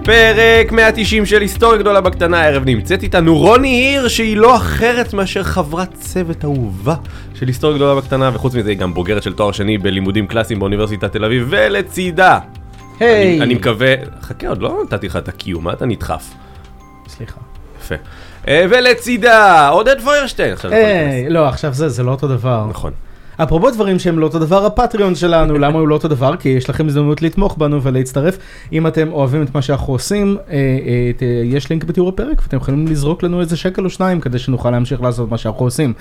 פרק 190 של היסטוריה גדולה בקטנה. הערב נמצאת איתנו רוני היר, שהיא לא אחרת מאשר חברת צוות אהובה של היסטוריה גדולה בקטנה, וחוץ מזה היא גם בוגרת של תואר שני בלימודים קלאסיים באוניברסיטת תל אביב, ולצידה אני מקווה, חכה, עוד לא נתתי לך את הקיום, מה אתה נדחף? סליחה. יפה. ולצידה עודד פוירשטיין. לא, עכשיו זה לא אותו דבר. נכון. אפרופו דברים שהם לא אותו דבר, הפטריון שלנו, למה הוא לא אותו דבר? כי יש לכם הזדמנות לתמוך בנו ולהצטרף. אם אתם אוהבים את מה שאנחנו עושים, יש לינק בתיאור הפרק, ואתם יכולים לזרוק לנו איזה שקל או שניים, כדי שנוכל להמשיך לעשות מה שאנחנו עושים.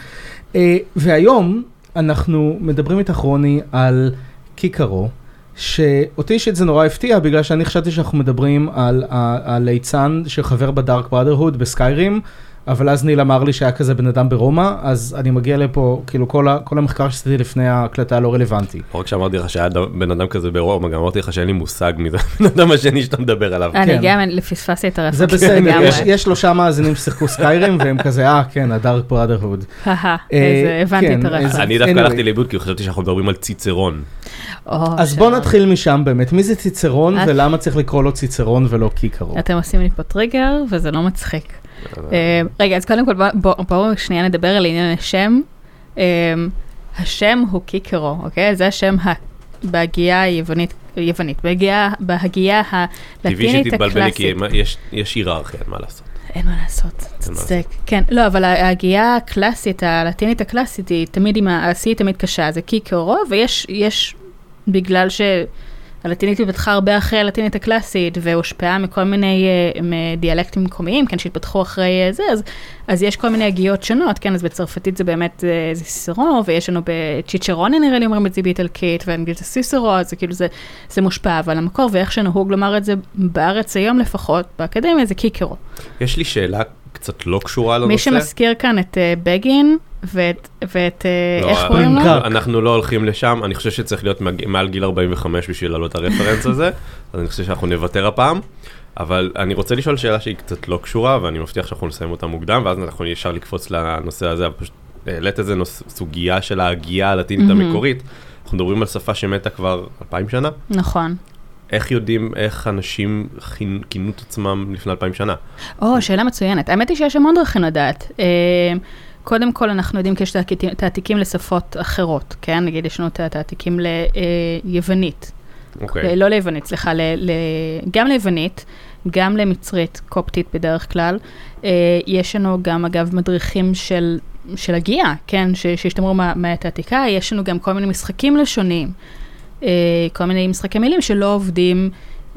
והיום אנחנו מדברים איתך רוני על קיקרו, שאותי שזה נורא הפתיע, בגלל שאני חשבתי שאנחנו מדברים על הליצן שחבר בדארק בראדרהוד בסקיירים, אבל אז ניל אמר לי שהיה כזה בן אדם ברומא, אז אני מגיע לפה, כאילו כל המחקר שעשיתי לפני ההקלטה לא רלוונטי. רק שאמרתי לך שהיה בן אדם כזה ברומא, גם אמרתי לך שאין לי מושג מזה, בן אדם השני שאתה מדבר עליו. אני גם לפספסתי את הרפורמה. זה בסדר, יש 3 מאזינים ששיחקו סקיירים, והם כזה, כן, הדארק בראדרהוד. הבנתי את הרפורמה. אני דווקא הלכתי לאיבוד, כי חשבתי שאנחנו מדברים על ציצרון. אז בוא נתחיל משם באמת, מי זה ציצרון, ולמה צריך לקרוא לו ציצרון ולא קיקרו? אתם עושים לי פה טריגר, וזה לא מצחיק. רגע, אז קודם כל בואו שנייה נדבר על עניין השם. השם הוא קיקרו, אוקיי? זה השם בהגייה היוונית, בהגייה הלטינית טבעי שתתבלבלי, כי יש היררכיה, אין מה לעשות. אין מה לעשות, צודק. כן, לא, אבל ההגייה הקלאסית, הלטינית הקלאסית, היא תמיד עם ה-C תמיד קשה, זה קיקרו, ויש בגלל הלטינית התפתחה הרבה אחרי הלטינית הקלאסית, והושפעה מכל מיני דיאלקטים מקומיים, כן, שהתפתחו אחרי זה, אז יש כל מיני הגיות שונות, כן, אז בצרפתית זה באמת זה סיסרו, ויש לנו בצ'יצ'רונה נראה לי אומרים את זה באיטלקית, ואנגלית זה סיסרו, אז כאילו זה מושפע, אבל המקור, ואיך שנהוג לומר את זה בארץ היום לפחות, באקדמיה זה קיקרו. יש לי שאלה קצת לא קשורה לנושא. מי שמזכיר כאן את בגין, ואת איך קוראים לו? אנחנו לא הולכים לשם, אני חושב שצריך להיות מעל גיל 45 בשביל לעלות את הרפרנס הזה, אז אני חושב שאנחנו נוותר הפעם, אבל אני רוצה לשאול שאלה שהיא קצת לא קשורה, ואני מבטיח שאנחנו נסיים אותה מוקדם, ואז אנחנו ישר לקפוץ לנושא הזה, פשוט העלית איזה סוגיה של ההגייה הלטינית המקורית, אנחנו מדברים על שפה שמתה כבר 2000 שנה? נכון. איך יודעים איך אנשים כינו את עצמם לפני 2000 שנה? שאלה מצוינת. האמת היא שיש המון דרכים לדעת. קודם כל אנחנו יודעים כי יש תעתיקים לשפות אחרות, כן? נגיד יש לנו תעתיקים ליוונית. לא ליוונית, סליחה, גם ליוונית, גם למצרית, קופטית בדרך כלל. יש לנו גם אגב מדריכים של הגייה, כן? שהשתמרו מהתעתיקה. יש לנו גם כל מיני משחקים לשוניים. כל מיני משחקי מילים שלא עובדים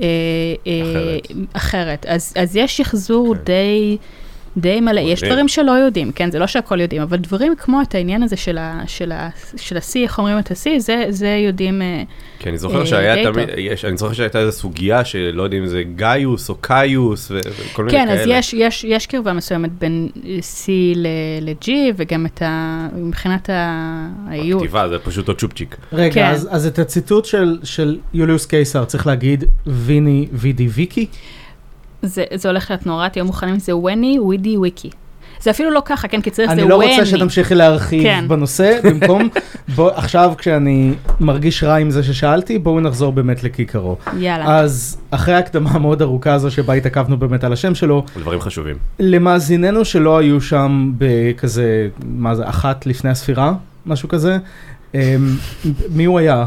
אחרת. אז יש שחזור די מלא. יש דברים שלא יודעים, כן? זה לא שהכל יודעים, אבל דברים כמו את העניין הזה של ה-C, איך אומרים את ה-C, זה יודעים כן, אני זוכר שהייתה איזו סוגיה שלא יודעים אם זה גאיוס או קאיוס וכל מיני כאלה. כן, אז יש קרבה מסוימת בין C ל-G, וגם מבחינת האיות. הכתיבה, זה פשוט עוד צ'ופצ'יק. רגע, אז את הציטוט של יוליוס קיסר צריך להגיד ויני וידי ויקי? זה הולך להיות נורא, תהיו מוכנים, זה ווני ווידי ויקי. זה אפילו לא ככה, כן, כי צריך זה ווני. אני לא רוצה שתמשיכי להרחיב בנושא, במקום, עכשיו כשאני מרגיש רע עם זה ששאלתי, בואו נחזור באמת לקיקרו. יאללה. אז אחרי ההקדמה המאוד ארוכה הזו, שבה התעכבנו באמת על השם שלו, דברים חשובים. למאזיננו שלא היו שם בכזה, מה זה, 1 לפני הספירה, משהו כזה, מי הוא היה?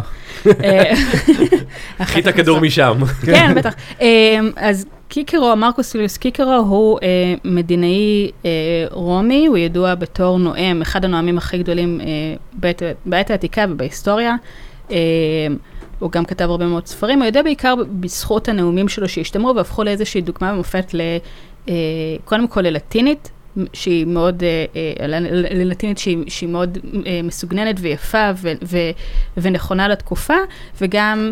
קחי את הכדור משם. כן, בטח. אז קיקרו, מרקוס יוליוס קיקרו, הוא מדינאי רומי, הוא ידוע בתור נואם, אחד הנואמים הכי גדולים בעת העתיקה ובהיסטוריה. הוא גם כתב הרבה מאוד ספרים, הוא יודע בעיקר בזכות הנאומים שלו שהשתמרו, והפכו לאיזושהי דוגמה ומופת קודם כל ללטינית, שהיא מאוד, ללטינית שהיא מאוד מסוגננת ויפה ונכונה לתקופה, וגם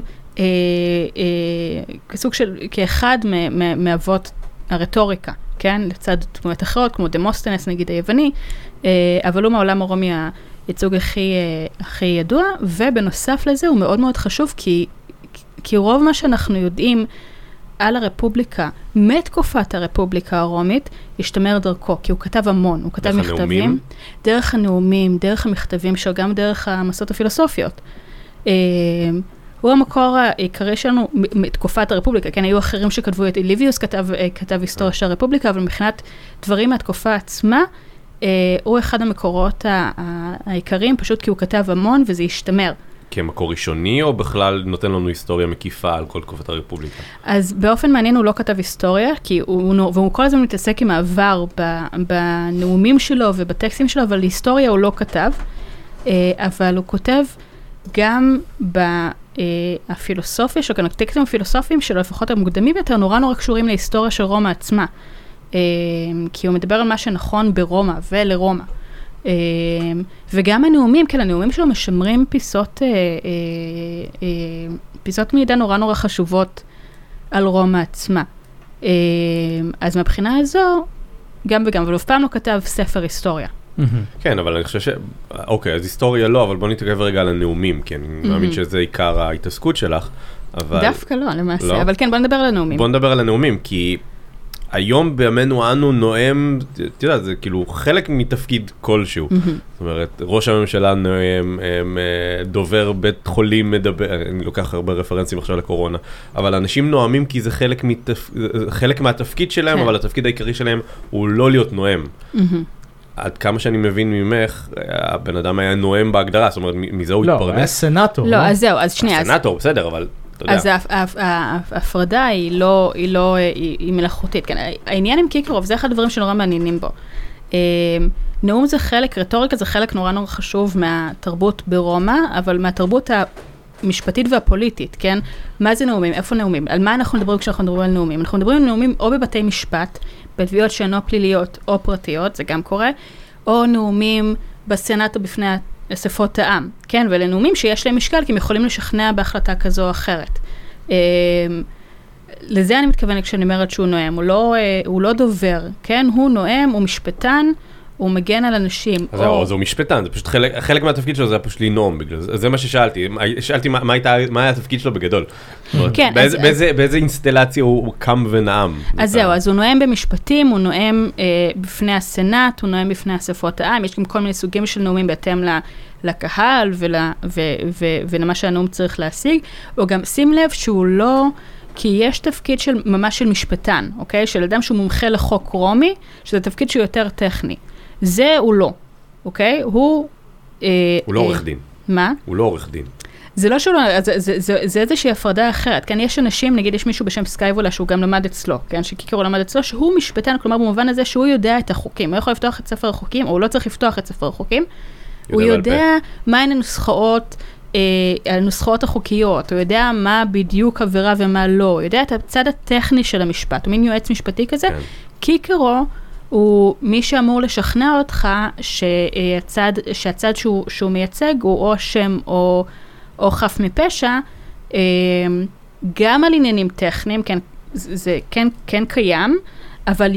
כסוג של, כאחד מאבות הרטוריקה, כן? לצד תמונות אחרות, כמו דמוסטנס נגיד היווני, אבל הוא מעולם הרומי הייצוג הכי ידוע, ובנוסף לזה הוא מאוד מאוד חשוב, כי רוב מה שאנחנו יודעים על הרפובליקה, מתקופת הרפובליקה הרומית, השתמר דרכו, כי הוא כתב המון, הוא כתב מכתבים, דרך הנאומים, דרך המכתבים שלו, גם דרך המסות הפילוסופיות. הוא המקור העיקרי שלנו מתקופת הרפובליקה, כן, היו אחרים שכתבו, ליביוס כתב היסטוריה של הרפובליקה, אבל מבחינת דברים מהתקופה עצמה, הוא אחד המקורות העיקריים, פשוט כי הוא כתב המון וזה השתמר. כמקור ראשוני, או בכלל נותן לנו היסטוריה מקיפה על כל תקופת הרפובליקה? אז באופן מעניין הוא לא כתב היסטוריה, והוא כל הזמן מתעסק עם העבר בנאומים שלו ובטקסטים שלו, אבל היסטוריה הוא לא כתב, אבל הוא כותב גם הפילוסופיה שלו, הטקסטים הפילוסופיים שלו, לפחות המוקדמים יותר, נורא קשורים להיסטוריה של רומא עצמה, כי הוא מדבר על מה שנכון ברומא ולרומא. וגם הנאומים, כן, הנאומים שלו משמרים פיסות מידע נורא חשובות על רומא עצמה. אז מהבחינה הזו, גם וגם, אבל אף פעם לא כתב ספר היסטוריה. כן, אבל אני חושב אוקיי, אז היסטוריה לא, אבל בוא נתעכב רגע על הנאומים, כי אני מאמין שזה עיקר ההתעסקות שלך, אבל... דווקא לא, למעשה, אבל כן, בוא נדבר על הנאומים. בוא נדבר על הנאומים, כי... היום בימינו אנו נואם, אתה יודע, זה כאילו חלק מתפקיד כלשהו. זאת אומרת, ראש הממשלה נואם, דובר בית חולים מדבר, אני לוקח הרבה רפרנסים עכשיו לקורונה, אבל אנשים נואמים כי זה חלק מהתפקיד שלהם, אבל התפקיד העיקרי שלהם הוא לא להיות נואם. עד כמה שאני מבין ממך, הבן אדם היה נואם בהגדרה, זאת אומרת, מזה הוא התפרנס. לא, היה סנאטור. לא, אז זהו, אז שנייה. סנאטור, בסדר, אבל... אז ההפרדה היא מלאכותית. העניין עם קיקרוב, זה אחד הדברים שנורא מעניינים בו. נאום זה חלק, רטוריקה זה חלק נורא חשוב מהתרבות ברומא, אבל מהתרבות המשפטית והפוליטית, כן? מה זה נאומים? איפה נאומים? על מה אנחנו מדברים כשאנחנו מדברים על נאומים? אנחנו מדברים על נאומים או בבתי משפט, בתביעות שאינו פליליות או פרטיות, זה גם קורה, או נאומים בסנאט או בפני אספות העם, כן? ולנאומים שיש להם משקל, כי הם יכולים לשכנע בהחלטה כזו או אחרת. לזה אני מתכוונת כשאני אומרת שהוא נואם, הוא לא דובר, כן? הוא נואם, הוא משפטן, הוא מגן על אנשים. אז הוא משפטן, זה פשוט חלק מהתפקיד שלו, זה היה פשוט לנאום, זה מה ששאלתי. שאלתי מה היה התפקיד שלו בגדול. כן. באיזה אינסטלציה הוא קם ונאם? אז זהו, אז הוא נואם במשפטים, הוא נואם בפני הסנאט, הוא נואם בפני אספות העם, יש גם כל מיני סוגים של נאומים בהתאם לקהל ולמה שהנאום צריך להשיג. הוא גם שים לב שהוא לא... כי יש תפקיד ממש של משפטן, אוקיי? של אדם שהוא מומחה לחוק רומי, שזה תפקיד שהוא יותר טכני. זה הוא לא, אוקיי? הוא לא עורך דין. מה? הוא לא עורך דין. זה לא שהוא לא, זה איזושהי הפרדה אחרת. כן, יש אנשים, נגיד יש מישהו בשם סקייבולה, שהוא גם למד אצלו, כן? שקיקרו למד אצלו, שהוא משפטן, כלומר במובן הזה שהוא יודע את החוקים. הוא יכול לפתוח את ספר החוקים, או הוא לא צריך לפתוח את ספר החוקים. הוא יודע מהן הנוסחאות החוקיות, הוא יודע מה בדיוק עבירה ומה לא, הוא יודע את הצד הטכני של המשפט, הוא מין יועץ משפטי כזה. קיקרו הוא מי שאמור לשכנע אותך שהצד שהוא מייצג הוא או אשם או חף מפשע, גם על עניינים טכניים, זה כן קיים, אבל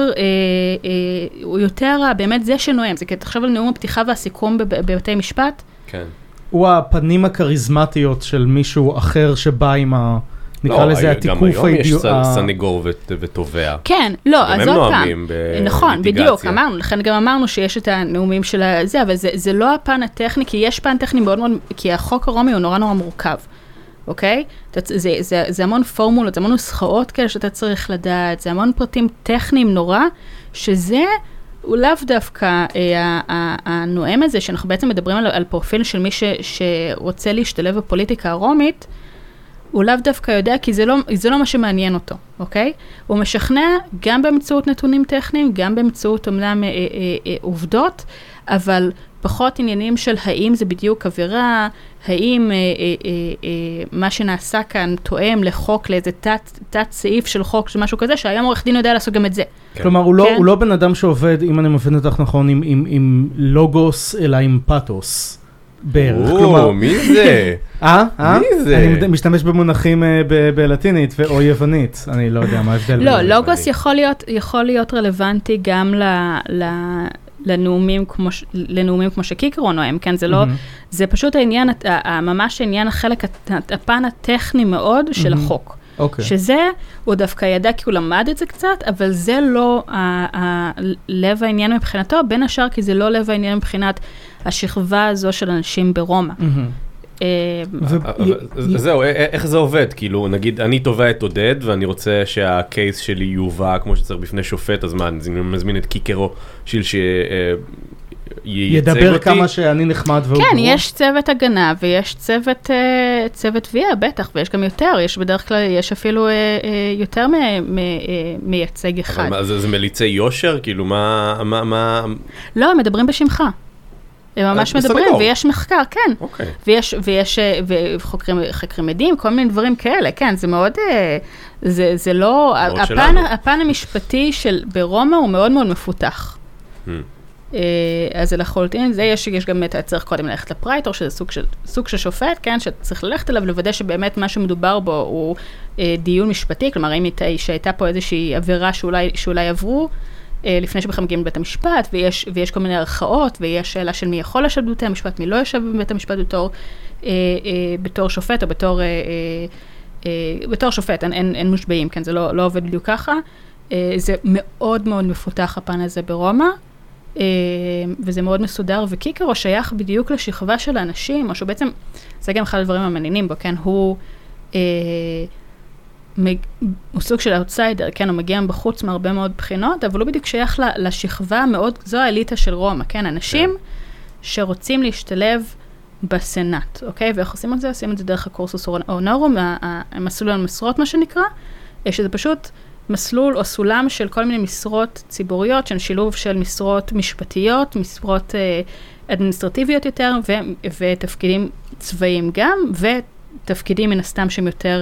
הוא יותר באמת זה שנואם, זה כי תחשוב על נאום הפתיחה והסיכום בבתי משפט. כן. הוא הפנים הקריזמטיות של מישהו אחר שבא עם נקרא לזה התיקוף. גם היום יש סניגור ותובע. כן, לא, אז עוד פעם. נכון, בדיוק, אמרנו, לכן גם אמרנו שיש את הנאומים של זה, אבל זה לא הפן הטכני, כי יש פן טכני מאוד מאוד, כי החוק הרומי הוא נורא מורכב, אוקיי? זה המון פורמולות, זה המון נוסחאות כאלה שאתה צריך לדעת, זה המון פרטים טכניים נורא, שזה הוא לאו דווקא הנואם הזה, שאנחנו בעצם מדברים על פרופיל של מי שרוצה להשתלב בפוליטיקה הרומית, הוא לאו דווקא יודע, כי זה לא מה שמעניין אותו, אוקיי? הוא משכנע גם באמצעות נתונים טכניים, גם באמצעות אומנם עובדות, אבל פחות עניינים של האם זה בדיוק עבירה, האם מה שנעשה כאן תואם לחוק, לאיזה תת סעיף של חוק, משהו כזה, שהיום עורך דין יודע לעשות גם את זה. כלומר, הוא לא בן אדם שעובד, אם אני מבין אותך נכון, עם לוגוס, אלא עם פאטוס. בערך, כלומר... מי זה? מי זה? אני משתמש במונחים בלטינית או יוונית, אני לא יודע מה ההבדל. לא, לוגוס יכול להיות רלוונטי גם לנאומים כמו שקיקרו נואם, כן? זה פשוט העניין, ממש העניין החלק, הפן הטכני מאוד של החוק. שזה, הוא דווקא ידע כי הוא למד את זה קצת, אבל זה לא לב העניין מבחינתו, בין השאר כי זה לא לב העניין מבחינת השכבה הזו של אנשים ברומא. זהו, איך זה עובד? כאילו, נגיד, אני תובע את עודד, ואני רוצה שהקייס שלי יובא כמו שצריך בפני שופט, אז מה, אני מזמין את קיקרו של ידבר כמה שאני נחמד והוא כן, יש צוות הגנה, ויש צוות תביעה, בטח, ויש גם יותר, יש בדרך כלל, יש אפילו יותר מייצג אחד. אבל זה מליצי יושר? כאילו, מה... לא, הם מדברים בשמך. הם ממש מדברים, ויש מחקר, כן. ויש חוקרים עדים, כל מיני דברים כאלה, כן, זה מאוד, זה לא, הפן המשפטי ברומא הוא מאוד מאוד מפותח. אז לחלוטין, זה יש גם צריך קודם ללכת לפרייטור, שזה סוג של שופט, כן, שצריך ללכת אליו, לוודא שבאמת מה שמדובר בו הוא דיון משפטי, כלומר, אם שהייתה פה איזושהי עבירה שאולי עברו, לפני שבכלל מגיעים לבית המשפט, ויש כל מיני ערכאות, ויש שאלה של מי יכול לשבת בבית המשפט, מי לא יושב בבית המשפט בתור שופט, או בתור שופט, אין מושבעים, כן, זה לא עובד בדיוק ככה. זה מאוד מאוד מפותח הפן הזה ברומא, וזה מאוד מסודר, וקיקרו שייך בדיוק לשכבה של האנשים, או שהוא בעצם, זה גם אחד הדברים המעניינים בו, כן, הוא סוג של אאוטסיידר, כן, הוא מגיע בחוץ מהרבה מאוד בחינות, אבל הוא בדיוק שייך לשכבה מאוד, זו האליטה של רומא, כן, אנשים שרוצים להשתלב בסנאט, אוקיי, ואיך עושים את זה? עושים את זה דרך הקורסוס אונורום, המסלול המשרות, מה שנקרא, שזה פשוט מסלול או סולם של כל מיני משרות ציבוריות, של שילוב של משרות משפטיות, משרות אדמיניסטרטיביות יותר, ותפקידים צבאיים גם, ותפקידים מן הסתם שהם יותר,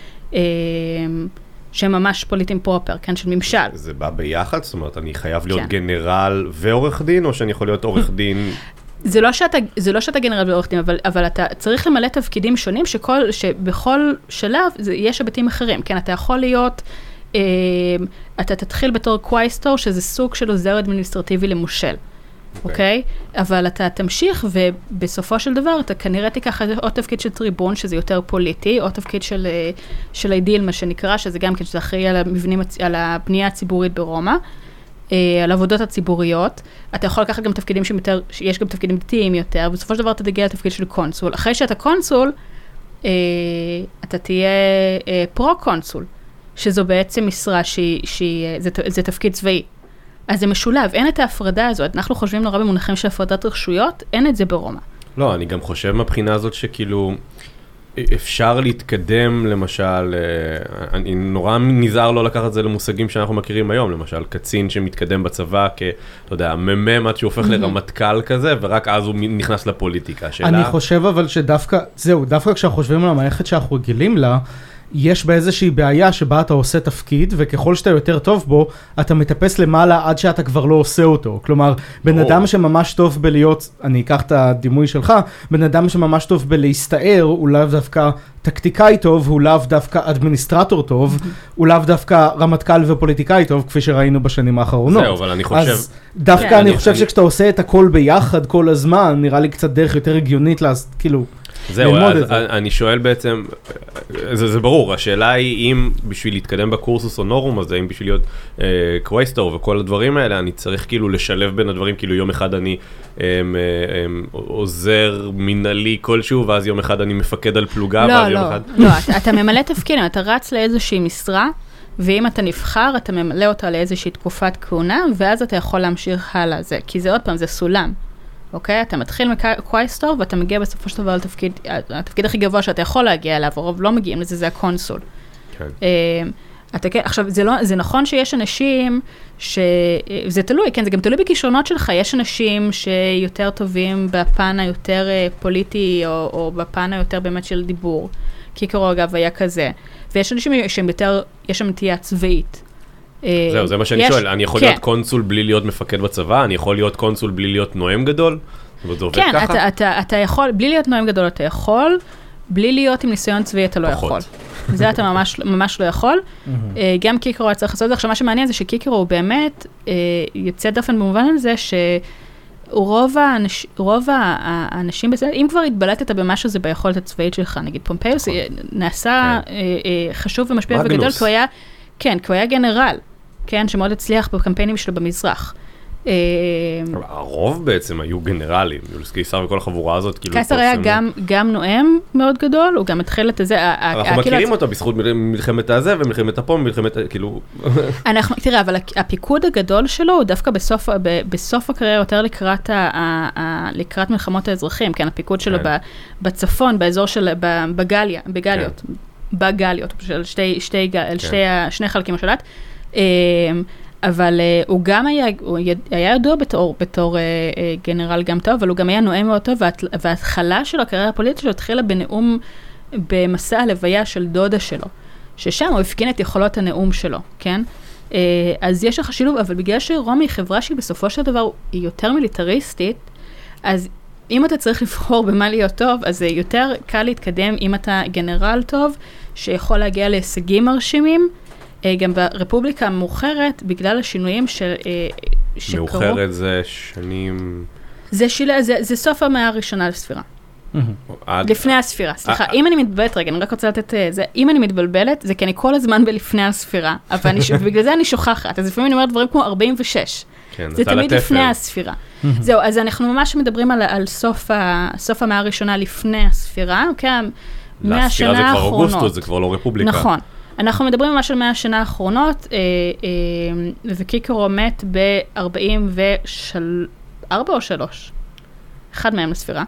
שהם ממש פוליטיים פרופר, כן, של ממשל. זה בא ביחד? זאת אומרת, אני חייב להיות גנרל ועורך דין, או שאני יכול להיות עורך דין? זה לא שאתה גנרל ועורך דין, אבל אתה צריך למלא תפקידים שונים, שבכל שלב יש היבטים אחרים, כן, אתה יכול להיות, אתה תתחיל בתור קווייסטור, שזה סוג של עוזר אדמיניסטרטיבי למושל, אוקיי? אבל אתה תמשיך, ובסופו של דבר, אתה כנראה תיקח או תפקיד של טריבון, שזה יותר פוליטי, או תפקיד של אידיל, מה שנקרא, שזה גם כן, שזה אחראי על הבנייה הציבורית ברומא, על עבודות הציבוריות. אתה יכול לקחת גם תפקידים שיש גם תפקידים דתיים יותר, ובסופו של דבר אתה תגיע לתפקיד של קונסול. אחרי שאתה קונסול, אתה תהיה פרו-קונסול, שזו בעצם משרה זה תפקיד צבאי. אז זה משולב, אין את ההפרדה הזאת. אנחנו חושבים נורא במונחים של הפרדת רשויות, אין את זה ברומא. לא, אני גם חושב מהבחינה הזאת שכאילו אפשר להתקדם, למשל, אני נורא נזהר לא לקחת את זה למושגים שאנחנו מכירים היום, למשל, קצין שמתקדם בצבא אתה יודע, ממם עד שהוא הופך לרמטכ"ל כזה, ורק אז הוא נכנס לפוליטיקה. אני חושב אבל שדווקא, דווקא כשאנחנו חושבים על המערכת שאנחנו רגילים לה, יש באיזושהי בעיה שבה אתה עושה תפקיד, וככל שאתה יותר טוב בו, אתה מטפס למעלה עד שאתה כבר לא עושה אותו. כלומר, בן אדם שממש טוב בלהיות, אני אקח את הדימוי שלך, בן אדם שממש טוב בלהסתער, הוא לאו דווקא טקטיקאי טוב, הוא לאו דווקא אדמיניסטרטור טוב, הוא לאו דווקא רמטכ"ל ופוליטיקאי טוב, כפי שראינו בשנים האחרונות. זהו, אבל אני חושב... אז דווקא אני חושב שכשאתה עושה את הכל ביחד כל הזמן, נראה לי קצת דרך יותר הגיונית, כאילו... זהו, אני שואל בעצם, זה ברור, השאלה היא אם בשביל להתקדם בקורסוס אונורום הזה, אם בשביל להיות קווייסטור וכל הדברים האלה, אני צריך כאילו לשלב בין הדברים, כאילו יום אחד אני עוזר מנהלי כלשהו, ואז יום אחד אני מפקד על פלוגה, ואז יום אחד... לא, אתה ממלא תפקידים, אתה רץ לאיזושהי משרה, ואם אתה נבחר, אתה ממלא אותה לאיזושהי תקופת כהונה, ואז אתה יכול להמשיך הלאה, כי זה עוד פעם, זה סולם. אוקיי? אתה מתחיל מקווייסטור, ואתה מגיע בסופו של דבר לתפקיד, התפקיד הכי גבוה שאתה יכול להגיע אליו, הרוב לא מגיעים לזה, זה הקונסול. עכשיו, זה נכון שיש אנשים זה תלוי, כן, זה גם תלוי בכישרונות שלך, יש אנשים שיותר טובים בפן היותר פוליטי, או בפן היותר באמת של דיבור, קיקרו אגב היה כזה, ויש אנשים שהם יותר, יש שם נטייה צבאית. זהו, זה מה שאני שואל, אני יכול להיות קונסול בלי להיות מפקד בצבא, אני יכול להיות קונסול בלי להיות נואם גדול, וזה עובד ככה? כן, אתה יכול, בלי להיות נואם גדול אתה יכול, בלי להיות עם ניסיון צבאי אתה לא יכול. זה אתה ממש לא יכול. גם קיקרו היה צריך לעשות את זה. עכשיו מה שמעניין זה שקיקרו הוא באמת יוצא דופן במובן הזה רוב האנשים בסדר, אם כבר התבלטת במשהו זה ביכולת הצבאית שלך, נגיד פומפיוס נעשה חשוב ומשפיע וגדול, כי הוא היה גנרל, כן, שמאוד הצליח בקמפיינים שלו במזרח. הרוב בעצם היו גנרלים, יוליוס קיסר וכל החבורה הזאת. קיסר היה גם נואם מאוד גדול, הוא גם התחיל את זה. אנחנו מכירים אותו בזכות מלחמת הזה ומלחמת הפום, מלחמת כאילו... תראה, אבל הפיקוד הגדול שלו הוא דווקא בסוף הקריירה יותר לקראת מלחמות האזרחים, כן, הפיקוד שלו בצפון, באזור של, בגליות, של שני חלקים השולט. אבל הוא גם היה ידוע בתור גנרל גם טוב, אבל הוא גם היה נואם מאוד טוב, וההתחלה של הקריירה הפוליטית שלו התחילה בנאום במסע הלוויה של דודה שלו, ששם הוא הפגין את יכולות הנאום שלו, כן? אז יש לך שילוב, אבל בגלל שרומא היא חברה שהיא בסופו של דבר היא יותר מיליטריסטית, אז אם אתה צריך לבחור במה להיות טוב, אז זה יותר קל להתקדם אם אתה גנרל טוב, שיכול להגיע להישגים מרשימים, גם ברפובליקה המאוחרת, בגלל השינויים שקרו... מאוחרת זה שנים... זה סוף המאה הראשונה לספירה. לפני הספירה, סליחה. אם אני מתבלבלת, רגע, אני רק רוצה לתת זה, אם אני מתבלבלת, זה כי אני כל הזמן בלפני הספירה, ובגלל זה אני שוכחת, אז לפעמים אני אומרת דברים כמו 46. זה תמיד לפני הספירה. זהו, אז אנחנו ממש מדברים על סוף המאה הראשונה לפני הספירה, אוקיי? הספירה זה כבר אוגוסטוס, זה כבר לא רפובליקה. נכון. אנחנו מדברים ממש על 100 השנה האחרונות, וקיקרו מת ב-44 או 3. אחד מהם לספירה.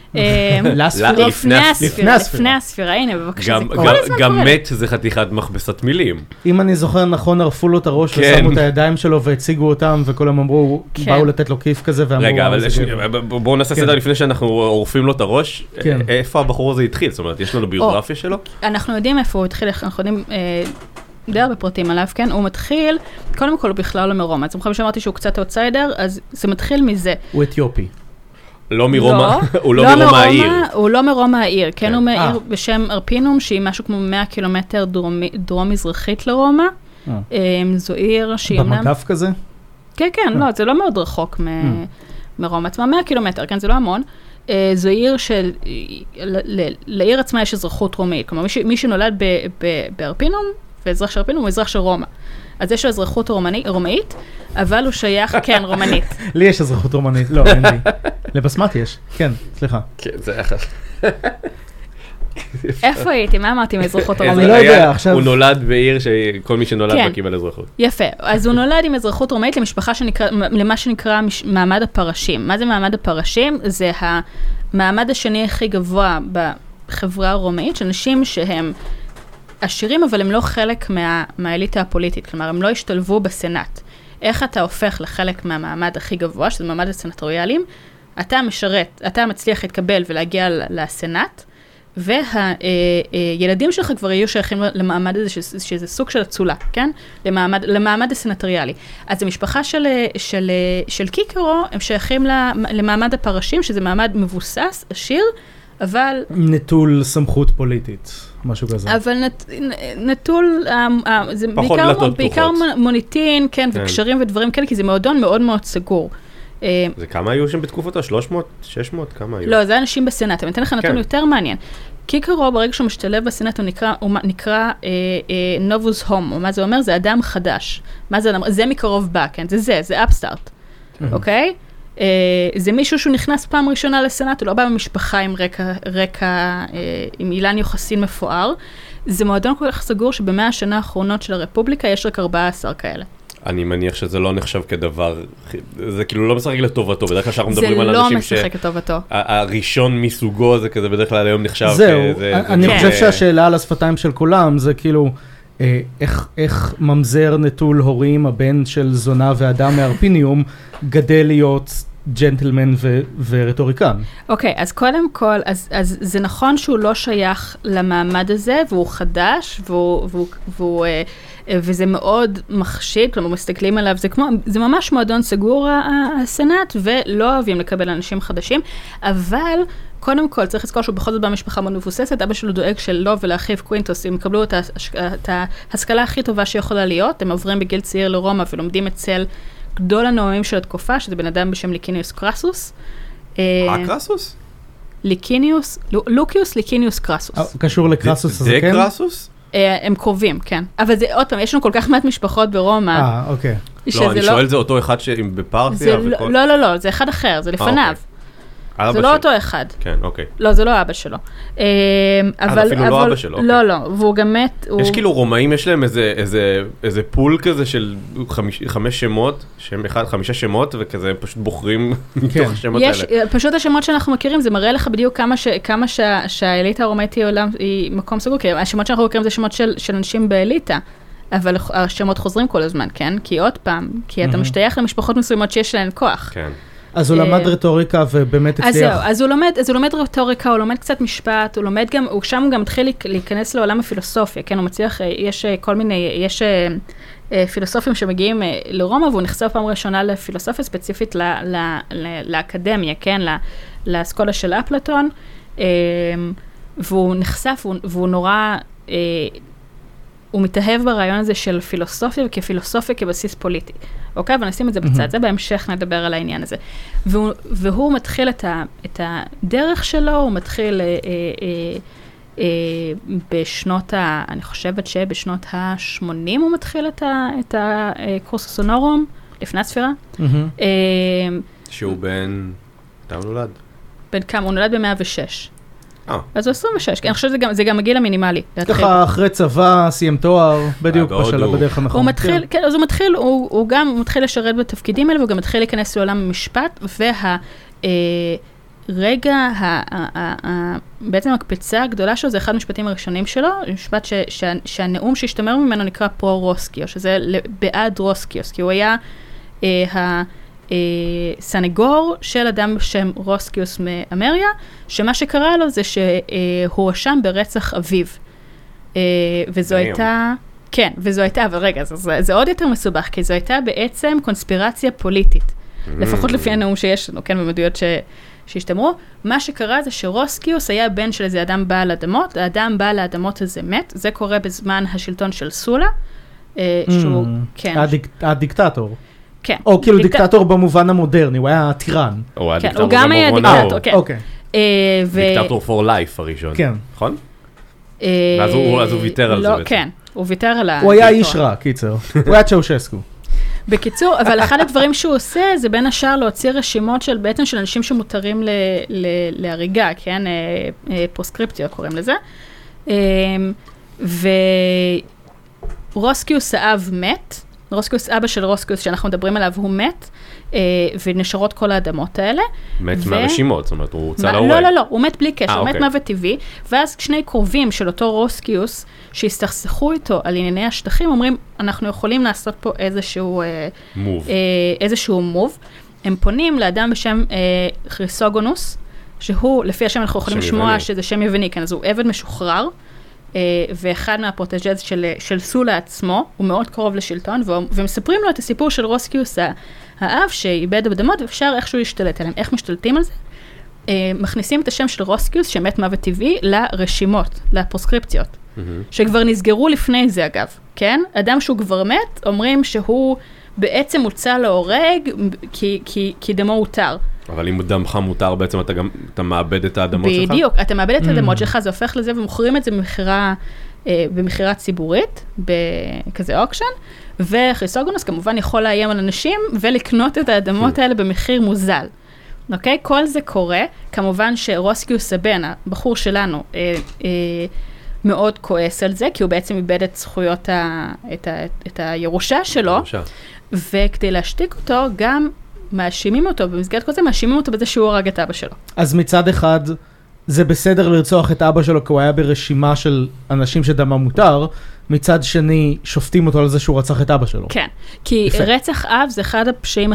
לפני הספירה, הנה, בבקשה, זה כל הזמן גם מת זה חתיכת מכבסת מילים. אם אני זוכר נכון, ערפו לו את הראש ושמו את הידיים שלו והציגו אותם, וכולם אמרו, באו לתת לו כיף כזה, ואמרו... רגע, אבל בואו נעשה סדר לפני שאנחנו עורפים לו את הראש, איפה הבחור הזה התחיל? זאת אומרת, יש לנו ביוגרפיה שלו? אנחנו יודעים איפה הוא התחיל, אנחנו יודעים... די הרבה פרטים עליו, כן? הוא מתחיל, קודם כל הוא בכלל לא מרומא. אז שאמרתי שהוא קצת אוטסיידר, אז זה מתחיל מזה. הוא אתיופי. לא מרומא, הוא לא מרומא העיר. הוא לא מרומא העיר, כן, הוא מעיר בשם ארפינום, שהיא משהו כמו 100 קילומטר דרום-מזרחית לרומא. זו עיר שהיא... במגף כזה? כן, כן, לא, זה לא מאוד רחוק מרומא. עצמה 100 קילומטר, כן, זה לא המון. זו עיר של... לעיר עצמה יש אזרחות רומאית. כלומר, מי שנולד בארפינום, ואזרח של ארפינום הוא אזרח של רומא. אז יש לו אזרחות רומאית, אבל הוא שייך, כן, רומנית. לי יש אזרחות רומנית, לא, אין לי. לבסמת יש, כן, סליחה. כן, זה היה חשוב. איפה הייתי? מה אמרתי מאזרחות רומאית? אני לא יודע, עכשיו... הוא נולד בעיר שכל מי שנולד בה קיבל אזרחות. יפה, אז הוא נולד עם אזרחות רומאית למה שנקרא מעמד הפרשים. מה זה מעמד הפרשים? זה המעמד השני הכי גבוה בחברה הרומאית, של אנשים שהם עשירים, אבל הם לא חלק מהאליטה הפוליטית, כלומר, הם לא השתלבו בסנאט. איך אתה הופך לחלק מהמעמד הכי גבוה, שזה מעמד הסנטוריאליים, אתה משרת, אתה מצליח להתקבל ולהגיע לסנאט, והילדים שלך כבר יהיו שייכים למעמד הזה, שזה סוג של אצולה, כן? למעמד הסנטוריאלי. אז המשפחה של קיקרו, הם שייכים למעמד הפרשים, שזה מעמד מבוסס, עשיר, אבל... נטול סמכות פוליטית, משהו כזה. אבל נטול, זה בעיקר מוניטין, כן, וקשרים ודברים כאלה, כי זה מועדון מאוד מאוד סגור. זה כמה היו שם בתקופתו? 300? 600? כמה היו? לא, זה אנשים בסנאט. אני אתן לך נתון יותר מעניין. קיקרו, ברגע שהוא משתלב בסנאט, הוא נקרא נובוס הומו. מה זה אומר? זה אדם חדש. מה זה אדם? זה מקרוב בא, כן? זה אפסטארט. אוקיי? זה מישהו שהוא נכנס פעם ראשונה לסנאט, הוא לא בא במשפחה עם רקע, עם אילן יוחסין מפואר. זה מועדון כל כך סגור שב100 השנה האחרונות של הרפובליקה יש רק 14 כאלה. אני מניח שזה לא נחשב כדבר, זה כאילו לא משחק לטובתו, בדרך כלל שאנחנו מדברים על אנשים זה לא משחק לטובתו. הראשון מסוגו זה כזה בדרך כלל היום נחשב. זהו, אני חושב שהשאלה על השפתיים של כולם זה כאילו, איך ממזר נטול הורים, הבן של זונה ואדם מארפיניום, גדל להיות ג'נטלמן ורטוריקן. אוקיי, אז קודם כל, אז זה נכון שהוא לא שייך למעמד הזה, והוא חדש, וזה מאוד מחשיד, כלומר מסתכלים עליו, זה ממש מועדון סגור הסנאט, ולא אוהבים לקבל אנשים חדשים, אבל קודם כל צריך לזכור שהוא בכל זאת במשפחה מאוד מבוססת, אבא שלו דואג שלו ולאחיו קווינטוס, הם יקבלו את ההשכלה הכי טובה שיכולה להיות, הם עוברים בגיל צעיר לרומא ולומדים אצל גדול הנואמים של התקופה, שזה בן אדם בשם ליקיניוס קרסוס. קרסוס? לוקיוס ליקיניוס קרסוס. קשור לקרסוס הזה, כן? זה קרסוס? הם קרובים, כן. אבל זה, עוד פעם, יש לנו כל כך מעט משפחות ברומא. אוקיי. לא, אני שואל זה אותו אחד בפרסיה וכל... לא, זה אחד אחר, זה לפניו. זה לא אותו אחד. כן, אוקיי. לא, זה לא אבא שלו. אפילו לא אבא שלו. לא, והוא גם מת. יש כאילו רומאים, יש להם איזה פול כזה של 5 שמות, שם אחד, 5 שמות, וכזה פשוט בוחרים מתוך השמות האלה. פשוט השמות שאנחנו מכירים, זה מראה לך בדיוק כמה שהאליטה הרומאית היא מקום סגור, כי השמות שאנחנו מכירים זה שמות של אנשים באליטה, אבל השמות חוזרים כל הזמן, כן? כי עוד פעם, כי אתה משתייך למשפחות מסוימות שיש להן כוח. כן. אז הוא למד רטוריקה ובאמת הצליח. אז הוא לומד רטוריקה, הוא לומד קצת משפט, הוא שם גם מתחיל להיכנס לעולם הפילוסופיה, כן, הוא מצליח, יש כל מיני, יש פילוסופים שמגיעים לרומא, והוא נחשף פעם ראשונה לפילוסופיה ספציפית לאקדמיה, כן, לאסכולה של אפלטון, והוא נחשף, והוא נורא, הוא מתאהב ברעיון הזה של פילוסופיה, וכפילוסופיה כבסיס פוליטי. אוקיי? ונשים את זה בצד, זה בהמשך נדבר על העניין הזה. והוא מתחיל את הדרך שלו, הוא מתחיל בשנות אני חושבת שבשנות ה-80 הוא מתחיל את הקורס הסונורום, לפני הספירה. שהוא בן... אתה נולד? בן כמה? הוא נולד ב-106. אז הוא 26, אני חושבת שזה גם הגיל המינימלי. ככה אחרי צבא, סיים תוער, בדיוק בדרך הנכון. הוא גם מתחיל לשרת בתפקידים האלה, והוא גם מתחיל להיכנס לעולם המשפט, והרגע, בעצם הקפיצה הגדולה שלו, זה אחד המשפטים הראשונים שלו, משפט שהנאום שהשתמר ממנו נקרא פרו-רוסקיו, שזה בעד רוסקיוס, כי הוא היה סנגור של אדם בשם רוסקיוס מאמריה, שמה שקרה לו זה שהוא אשם ברצח אביו. וזו הייתה, כן, וזו הייתה, אבל רגע, זה עוד יותר מסובך, כי זו הייתה בעצם קונספירציה פוליטית. לפחות לפי הנאום שיש לנו, כן, במדויות שהשתמרו. מה שקרה זה שרוסקיוס היה בן של איזה אדם בעל אדמות, האדם בעל האדמות הזה מת, זה קורה בזמן השלטון של סולה, שהוא, כן. הדיקטטור. כן. או כאילו דיקטטור במובן המודרני, הוא היה טירן. הוא גם היה דיקטטור, כן. אוקיי. דיקטטור for life הראשון. כן. נכון? ואז הוא ויתר על זה בעצם. כן, הוא ויתר על הוא היה איש רע, קיצר. הוא היה צ'אושסקו. בקיצור, אבל אחד הדברים שהוא עושה, זה בין השאר להוציא רשימות של בעצם של אנשים שמותרים להריגה, כן? פרוסקריפציה קוראים לזה. ורוסקיוס האב מת, רוסקיוס, אבא של רוסקיוס שאנחנו מדברים עליו, הוא מת, ונשארות כל האדמות האלה. מת מהרשימות, זאת אומרת, הוא הוצא להורג. לא, הוא מת בלי קשר, הוא מת מוות טבעי, ואז שני קרובים של אותו רוסקיוס, שהסתכסכו איתו על ענייני השטחים, אומרים, אנחנו יכולים לעשות פה איזשהו מוב. הם פונים לאדם בשם כריסוגונוס, שהוא, לפי השם אנחנו יכולים לשמוע שזה שם יווני, כן, אז הוא עבד משוחרר, ואחד מהפרוטג'ז של סולה עצמו, הוא מאוד קרוב לשלטון, ומספרים לו את הסיפור של רוסקיוס האב, שאיבד אדמות, ואפשר איכשהו להשתלט עליהם. איך משתלטים על זה? מכניסים את השם של רוסקיוס, שמת מוות טבעי, לרשימות, לפרוסקריפציות, שכבר נסגרו לפני זה אגב, כן? אדם שהוא כבר מת, אומרים שהוא בעצם הוצא להורג, כי דמו הותר. אבל אם דמך מותר, בעצם אתה מאבד את האדמות שלך? בדיוק, אתה מאבד את האדמות שלך, זה הופך לזה, ומוכרים את זה במחירה ציבורית, בכזה אוקשן, וכריסוגונוס כמובן יכול לאיים על אנשים, ולקנות את האדמות האלה במחיר מוזל. אוקיי? כל זה קורה, כמובן שרוסקיוס הבן, הבחור שלנו, מאוד כועס על זה, כי הוא בעצם איבד את זכויות, את הירושה שלו, וכדי להשתיק אותו, גם מאשימים אותו, במסגרת כל זה, מאשימים אותו בזה שהוא הרג את אבא שלו. אז מצד אחד, זה בסדר לרצוח את אבא שלו, כי הוא היה ברשימה של אנשים שדמם מותר, מצד שני, שופטים אותו על זה שהוא רצח את אבא שלו. כן, כי רצח אב זה אחד הפשעים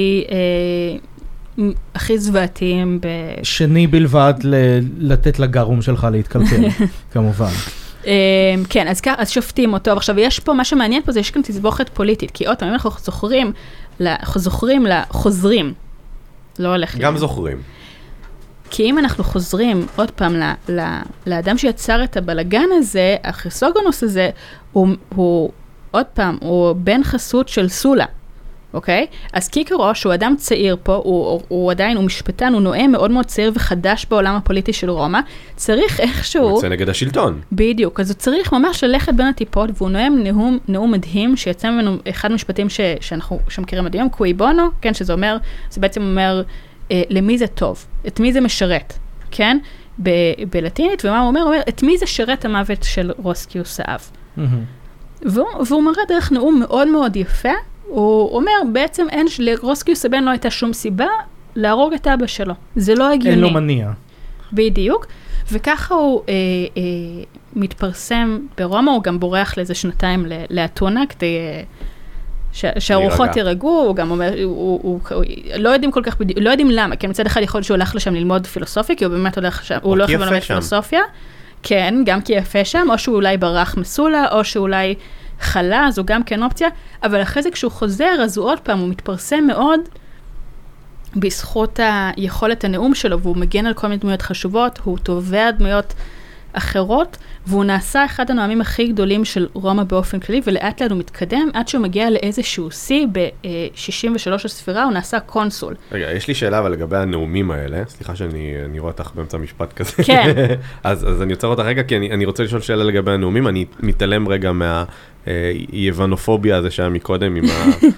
הכי זוועתיים. שני בלבד לתת לגרום שלך להתקלקל, כמובן. כן, אז שופטים אותו. עכשיו, יש פה, מה שמעניין פה זה, יש כאן תסבוכת פוליטית, כי עוד פעם, אם אנחנו זוכרים לחוזרים, לא הולך לי. גם זוכרים. כי אם אנחנו חוזרים עוד פעם לאדם שיצר את הבלגן הזה, הכריסוגונוס הזה, הוא עוד פעם, הוא בן חסות של סולה. אוקיי? אז קיקרו, שהוא אדם צעיר פה, הוא עדיין, הוא משפטן, הוא נואם מאוד מאוד צעיר וחדש בעולם הפוליטי של רומא, צריך איכשהו... הוא יוצא נגד השלטון. בדיוק, אז הוא צריך ממש ללכת בין הטיפות, והוא נואם נאום מדהים, שיצא ממנו אחד המשפטים שאנחנו מכירים עד היום, קוי בונו, כן, שזה אומר, זה בעצם אומר, למי זה טוב, את מי זה משרת, כן? בלטינית, ומה הוא אומר? הוא אומר, את מי זה שרת המוות של רוסקיוס האב. והוא מראה דרך נאום מאוד מאוד יפה, הוא אומר, בעצם לרוסקיוס הבן לא הייתה שום סיבה להרוג את אבא שלו. זה לא הגיוני. אין לו מניע. בדיוק. וככה הוא מתפרסם ברומא, הוא גם בורח לאיזה שנתיים לאתונה, כדי שהרוחות ירגעו, הוא גם אומר, לא יודעים כל כך, לא יודעים למה, כי מצד אחד יכול להיות שהוא הולך לשם ללמוד פילוסופיה, כי הוא באמת הולך לשם, הוא לא יכול ללמד פילוסופיה. כן, גם כי יפה שם, או שהוא אולי ברח מסולה, או שאולי חלה, זו גם כן אופציה, אבל אחרי זה כשהוא חוזר, אז הוא עוד פעם, הוא מתפרסם מאוד בזכות היכולת הנאום שלו, והוא מגן על כל מיני דמויות חשובות, הוא תובע דמויות אחרות, והוא נעשה אחד הנואמים הכי גדולים של רומא באופן כללי, ולאט לאט הוא מתקדם, עד שהוא מגיע לאיזשהו שיא, ב-63 הספירה, הוא נעשה קונסול. רגע, יש לי שאלה אבל לגבי הנאומים האלה, סליחה שאני רואה אותך באמצע משפט כזה. כן. אז אני עוצר אותך רגע, כי אני רוצה לשאול שאלה לגבי הנאומים, אני מתעלם רגע מהיוונופוביה הזה שהיה מקודם, עם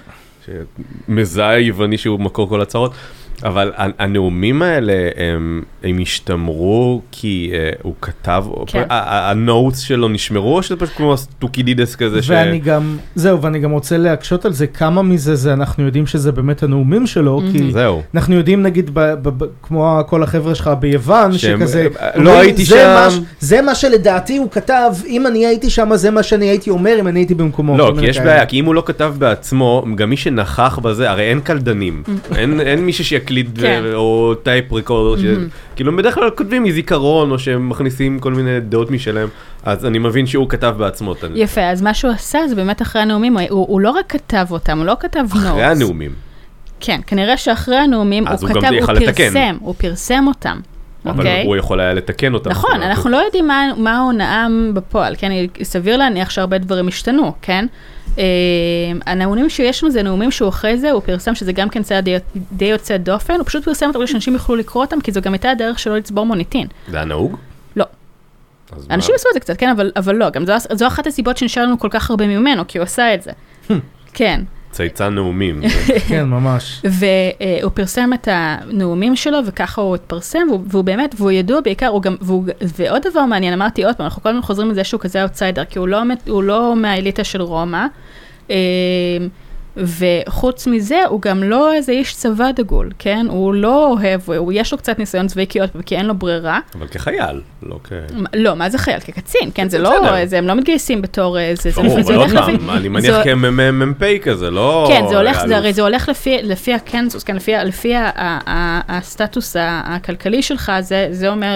המזהה היווני שהוא מקור כל הצרות, אבל הנאומים האלה, הם השתמרו כי הוא כתב, הנוטס שלו נשמרו, או שזה פשוט כמו טוקידידס כזה? ואני גם רוצה להקשות על זה, כמה מזה זה אנחנו יודעים שזה באמת הנאומים שלו, כי אנחנו יודעים נגיד, כמו כל החבר'ה שלך ביוון, שכזה, לא הייתי שם. זה מה שלדעתי הוא כתב, אם אני הייתי שם, זה מה שאני הייתי אומר, אם אני הייתי במקומו. לא, כי יש בעיה, כי אם הוא לא כתב בעצמו, גם מי שנכח בזה, הרי אין קלדנים, אין מישהו שיקליד או טייפ ריקורדר, כאילו בדרך כלל כותבים מזיכרון, או שהם מכניסים כל מיני דעות משלהם, אז אני מבין שהוא כתב בעצמו. יפה, אז מה שהוא עשה, זה באמת אחרי הנאומים, הוא לא רק כתב אותם, הוא לא כתב נוטס. אחרי הנאומים. כן, כנראה שאחרי הנאומים הוא כתב, הוא פרסם אותם. אבל הוא יכול היה לתקן אותם. נכון, אנחנו לא יודעים מה הוא נאם בפועל, כן, סביר להניח שהרבה דברים השתנו, כן? הנאומים שיש לנו זה נאומים שהוא אחרי זה, הוא פרסם שזה גם כן צעד די יוצא דופן, הוא פשוט פרסם אותם כדי שאנשים יוכלו לקרוא אותם, כי זו גם הייתה הדרך שלו לצבור מוניטין. זה היה נהוג? לא. אנשים עשו את זה קצת, כן, אבל לא, גם זו אחת הסיבות שנשאר לנו כל כך הרבה ממנו, כי הוא עשה את זה. כן. צייצן נאומים. כן, ממש. והוא פרסם את הנאומים שלו, וככה הוא התפרסם, והוא באמת, והוא ידוע בעיקר, ועוד דבר מעניין, אמרתי עוד פעם, אנחנו כל הזמן חוזרים לזה שהוא כזה אאוטסיידר, כי הוא לא מהאליטה של רומא, וחוץ מזה, הוא גם לא איזה איש צבא דגול, כן? הוא לא אוהב, יש לו קצת ניסיון צבאי כי אין לו ברירה. אבל כחייל, לא כ... לא, מה זה חייל? כקצין, כן? זה לא, הם לא מתגייסים בתור... ברור, אבל לא פעם, אני מניח כמ"פ כזה, לא... כן, זה הולך לפי הקנזוס, כן? לפי הסטטוס הכלכלי שלך, זה אומר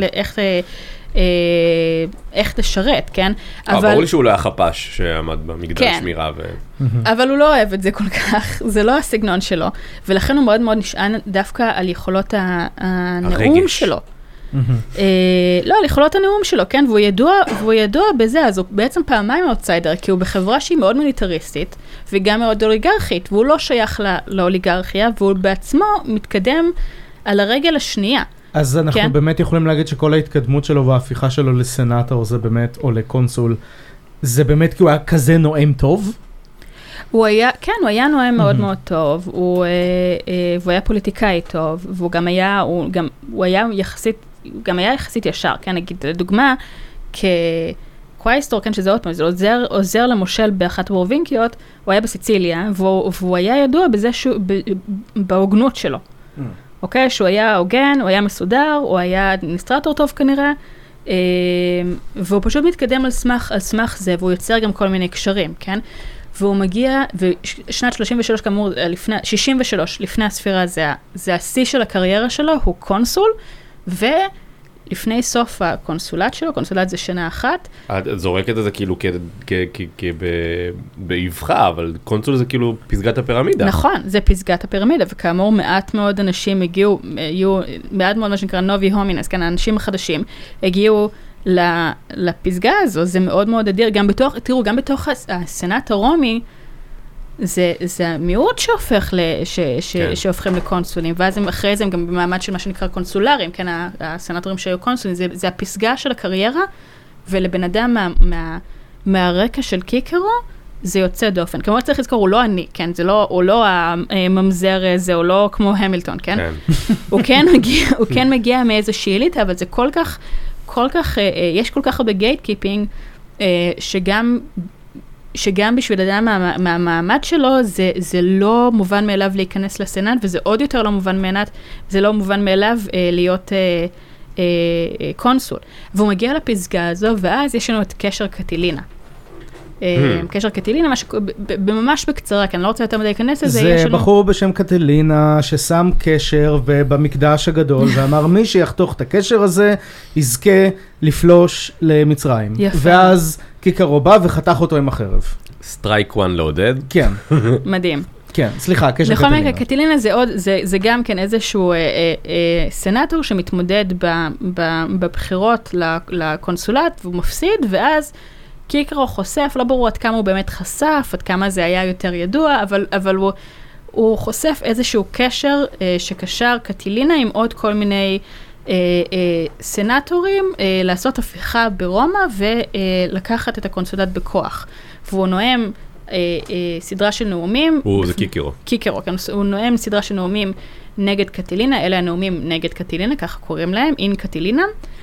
איך תשרת, כן? ברור לי שהוא לא היה חפש שעמד במגדל שמירה אבל הוא לא אוהב את זה כל כך, זה לא הסגנון שלו, ולכן הוא מאוד מאוד נשען דווקא על יכולות הנאום שלו. לא, על יכולות הנאום שלו, כן? והוא ידוע בזה, אז הוא בעצם פעמיים אאוטסיידר, כי הוא בחברה שהיא מאוד מיליטריסטית, וגם מאוד אוליגרכית, והוא לא שייך לאוליגרכיה, והוא בעצמו מתקדם על הרגל השנייה. אז אנחנו באמת יכולים להגיד שכל ההתקדמות שלו וההפיכה שלו לסנאטור זה באמת, או לקונסול, זה באמת כי הוא היה כזה נואם טוב? הוא היה נואם מאוד מאוד טוב, והוא היה פוליטיקאי טוב, והוא גם היה יחסית ישר, כן, נגיד, לדוגמה, כקווייסטור, כן, שזה עוד פעם, זה עוזר למושל באחת הוורווינקיות, הוא היה בסיציליה, והוא היה ידוע בזה בהוגנות שלו. אוקיי, שהוא היה הוגן, הוא היה מסודר, הוא היה אדמיניסטרטור טוב כנראה, והוא פשוט מתקדם על סמך זה, והוא יוצר גם כל מיני קשרים, כן? והוא מגיע, ושנת 33 כאמור, 63 לפני הספירה, זה השיא של הקריירה שלו, הוא קונסול, לפני סוף הקונסולט שלו, קונסולט זה שנה אחת. את זורקת את זה כאילו באבחה, אבל קונסול זה כאילו פסגת הפירמידה. נכון, זה פסגת הפירמידה, וכאמור מעט מאוד אנשים הגיעו, מעט מאוד מה שנקרא נובי הומינס, כן, האנשים החדשים, הגיעו לפסגה הזו, זה מאוד מאוד אדיר, גם בתוך הסנאט הרומי, זה המיעוט שהופכים לקונסולים, ואז אחרי זה הם גם במעמד של מה שנקרא קונסולרים, כן, הסנטורים שהיו קונסולים, זה הפסגה של הקריירה, ולבן אדם מהרקע של קיקרו, זה יוצא דופן. כמובן צריך לזכור, הוא לא אני, כן? הוא לא הממזר הזה, הוא לא כמו המילטון, כן? הוא כן מגיע מאיזושהי אליטה, אבל זה כל כך, יש כל כך הרבה גייט קיפינג, שגם בשביל אדם מהמעמד שלו, זה לא מובן מאליו להיכנס לסנאט, וזה עוד יותר לא מובן מאליו להיות קונסול. והוא מגיע לפסגה הזו, ואז יש לנו את קשר קטילינה. קשר קטילינה, ממש בקצרה, כי אני לא רוצה יותר מדי להיכנס לזה. זה בחור בשם קטילינה ששם קשר במקדש הגדול, ואמר מי שיחתוך את הקשר הזה, יזכה לפלוש למצרים. ואז קיקרו בא וחתך אותו עם החרב. סטרייק 1 לעודד. כן. מדהים. כן, סליחה, קשר קטילינה. לכל מקרה, קטילינה זה גם כן איזשהו סנאטור שמתמודד בבחירות לקונסולט, והוא מפסיד, ואז קיקרו חושף, לא ברור עד כמה הוא באמת חשף, עד כמה זה היה יותר ידוע, אבל הוא חושף איזשהו קשר שקשר קטילינה עם עוד כל מיני סנטורים, לעשות הפיכה ברומא ולקחת את הקונסולט בכוח. והוא נואם סדרה של נאומים. זה קיקרו. קיקרו, הוא נואם סדרה של נאומים נגד קטילינה, אלה הנאומים נגד קטילינה, ככה קוראים להם, אין קטילינה.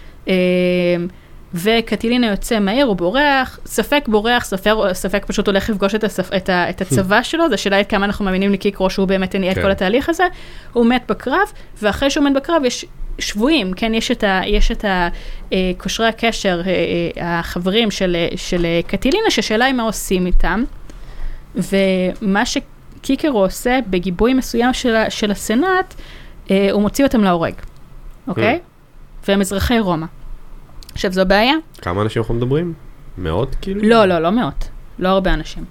וקטילינה יוצא מהר, הוא בורח, ספק בורח, ספק פשוט הולך לפגוש את הצבא שלו, זה שאלה כמה אנחנו מאמינים לקיקרו שהוא באמת הניע את כל התהליך הזה, הוא מת בקרב, ואחרי שהוא מת בקרב יש שבויים, כן, יש את קושרי הקשר, החברים של קטילינה, ששאלה היא מה עושים איתם, ומה שקיקרו עושה בגיבוי מסוים של הסנאט, הוא מוציא אותם להורג, אוקיי? והם אזרחי רומא. עכשיו, זו בעיה. כמה אנשים אנחנו מדברים? מאות כאילו? לא מאות. לא הרבה אנשים.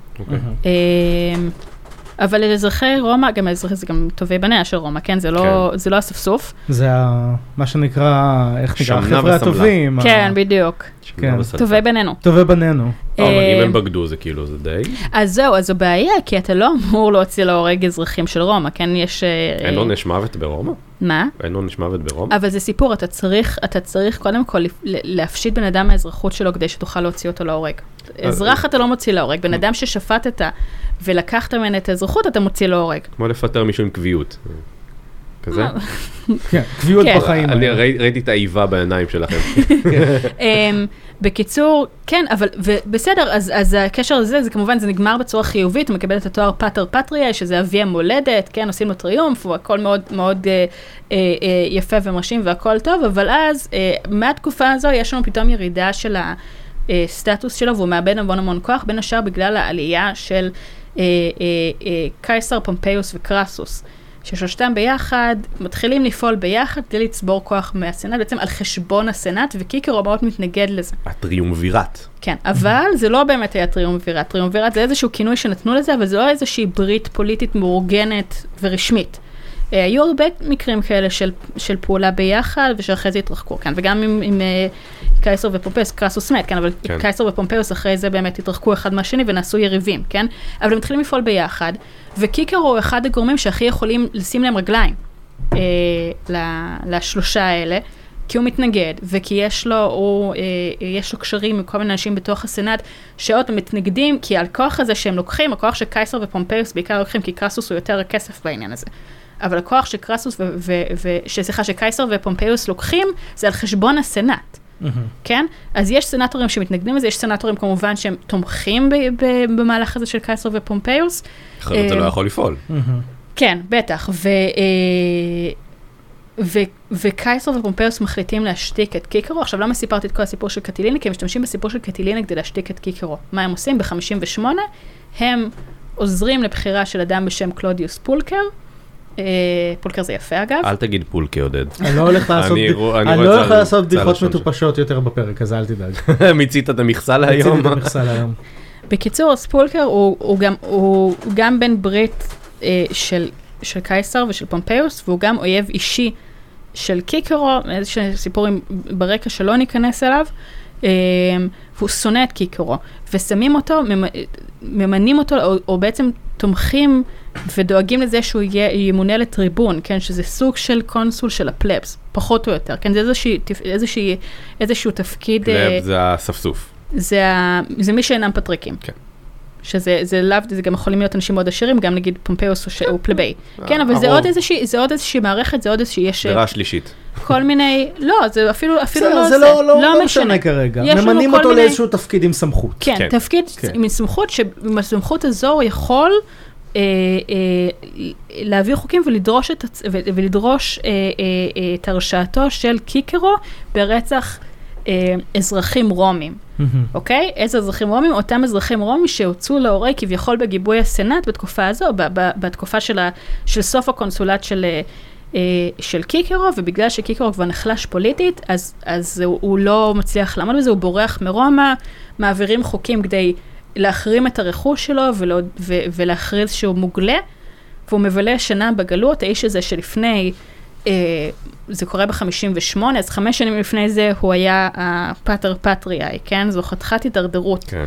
אבל אזרחי רומא, גם אזרחי זה גם טובי בניה של רומא, כן? זה לא הספסוף. זה מה שנקרא, איך נקרא? החבר'ה הטובים. כן, בדיוק. טובי בנינו. טובי בנינו. אבל אם הם בגדו זה כאילו, זה די. אז זהו, אז זו בעיה, כי אתה לא אמור להוציא להורג אזרחים של רומא, כן? יש... אין עונש מוות ברומא? מה? אין עונש מוות ברומא? אבל זה סיפור, אתה צריך קודם כל להפשיט בן אדם מהאזרחות שלו כדי שתוכל להוציא אותו להורג. אזרח אתה לא מוציא להורג, בן אדם ששפטת ולקחת ממנו את האזרחות, אתה מוציא להורג. כמו לפטר מישהו עם קביעות. כזה? כן, קביעות בחיים. אני ראיתי את האיבה בעיניים שלכם. בקיצור, כן, אבל, ובסדר, אז הקשר הזה, זה כמובן, זה נגמר בצורה חיובית, הוא מקבל את התואר פטר פטריה, שזה אבי המולדת, כן, עושים לו טריומף, הוא הכל מאוד, מאוד יפה ומרשים והכל טוב, אבל אז, מהתקופה הזו, יש לנו פתאום ירידה של הסטטוס שלו, והוא מאבד המון כוח, בין השאר בגלל העלייה של קייסר, פומפיוס וקרסוס. ששלושתם ביחד, מתחילים לפעול ביחד, כדי לצבור כוח מהסנאט, בעצם על חשבון הסנאט, וקיקרו מאוד מתנגד לזה. הטריומווירט. כן, אבל זה לא באמת היה טריומווירט. טריומווירט זה איזשהו כינוי שנתנו לזה, אבל זה לא איזושהי ברית פוליטית מאורגנת ורשמית. היו הרבה מקרים כאלה של פעולה ביחד, ושאחרי זה התרחקו, כן, וגם עם קייסר ופומפיוס, קרסוס מת, כן, אבל קייסר ופומפיוס אחרי זה באמת התרחקו אחד מהשני ונעשו יריבים, כן, אבל הם מתחילים לפעול ביחד, וקיקרו הוא אחד הגורמים שהכי יכולים לשים להם רגליים לשלושה האלה, כי הוא מתנגד, וכי יש לו קשרים עם כל מיני אנשים בתוך הסנאט, שעוד מתנגדים, כי על כוח הזה שהם לוקחים, הכוח שקייסר ופומפיוס בעיקר לוקחים, כי קרסוס הוא יותר כסף בעניין הזה. אבל הכוח שקרסוס שקייסר ופומפיוס לוקחים, זה על חשבון הסנאט. כן? אז יש סנאטורים שמתנגדים לזה, יש סנאטורים כמובן שהם תומכים במהלך הזה של קייסר ופומפיוס. אחרת זה לא יכול לפעול. כן, בטח. וקייסר ופומפיוס מחליטים להשתיק את קיקרו. עכשיו, למה סיפרתי את כל הסיפור של קטילינה? כי הם משתמשים בסיפור של קטילינה כדי להשתיק את קיקרו. מה הם עושים? ב-58 הם עוזרים לבחירה של אדם בשם קלודיוס פולקר. פולקר זה יפה אגב. אל תגיד פולקר, עודד. אני לא הולך לעשות בדיחות מטופשות יותר בפרק, אז אל תדאג. מיצית את המכסה להיום. מיצית את המכסה להיום. בקיצור, פולקר הוא גם בן ברית של קייסר ושל פומפיוס, והוא גם אויב אישי של קיקרו, איזשהו סיפורים ברקע שלא ניכנס אליו, והוא שונא את קיקרו, ושמים אותו, ממנים אותו, או בעצם תומכים ודואגים לזה שהוא ימונה לטריבון, כן, שזה סוג של קונסול של הפלאבס, פחות או יותר, כן, זה איזשהו תפקיד... פלאב זה הספסוף. זה מי שאינם פטריקים. כן. שזה גם יכולים להיות אנשים מאוד עשירים, גם נגיד פומפיוס או פלבי. כן, אבל זה עוד איזושהי מערכת, זה עוד איזושהי... דרה שלישית. כל מיני... לא, זה אפילו לא זה לא משנה כרגע. ממנים אותו לאיזשהו תפקיד עם סמכות. כן, תפקיד עם סמכות, שעם הסמכות הזו הוא יכול להעביר חוקים ולדרוש את הרשעתו של קיקרו ברצח אזרחים רומים. אוקיי? איזה אזרחים רומים? אותם אזרחים רומים שהוצאו להורי כביכול בגיבוי הסנאט בתקופה הזו, בתקופה של סוף הקונסולט של קיקרו, ובגלל שקיקרו כבר נחלש פוליטית, אז הוא לא מצליח לעמוד בזה, הוא בורח מרומא, מעבירים חוקים כדי להחרים את הרכוש שלו ולהכריז שהוא מוגלה, והוא מבלה שנה בגלות, האיש הזה שלפני... זה קורה ב-58, אז 5 שנים לפני זה הוא היה הפאטר פטריאי, כן? זו חתיכת התדרדרות. כן.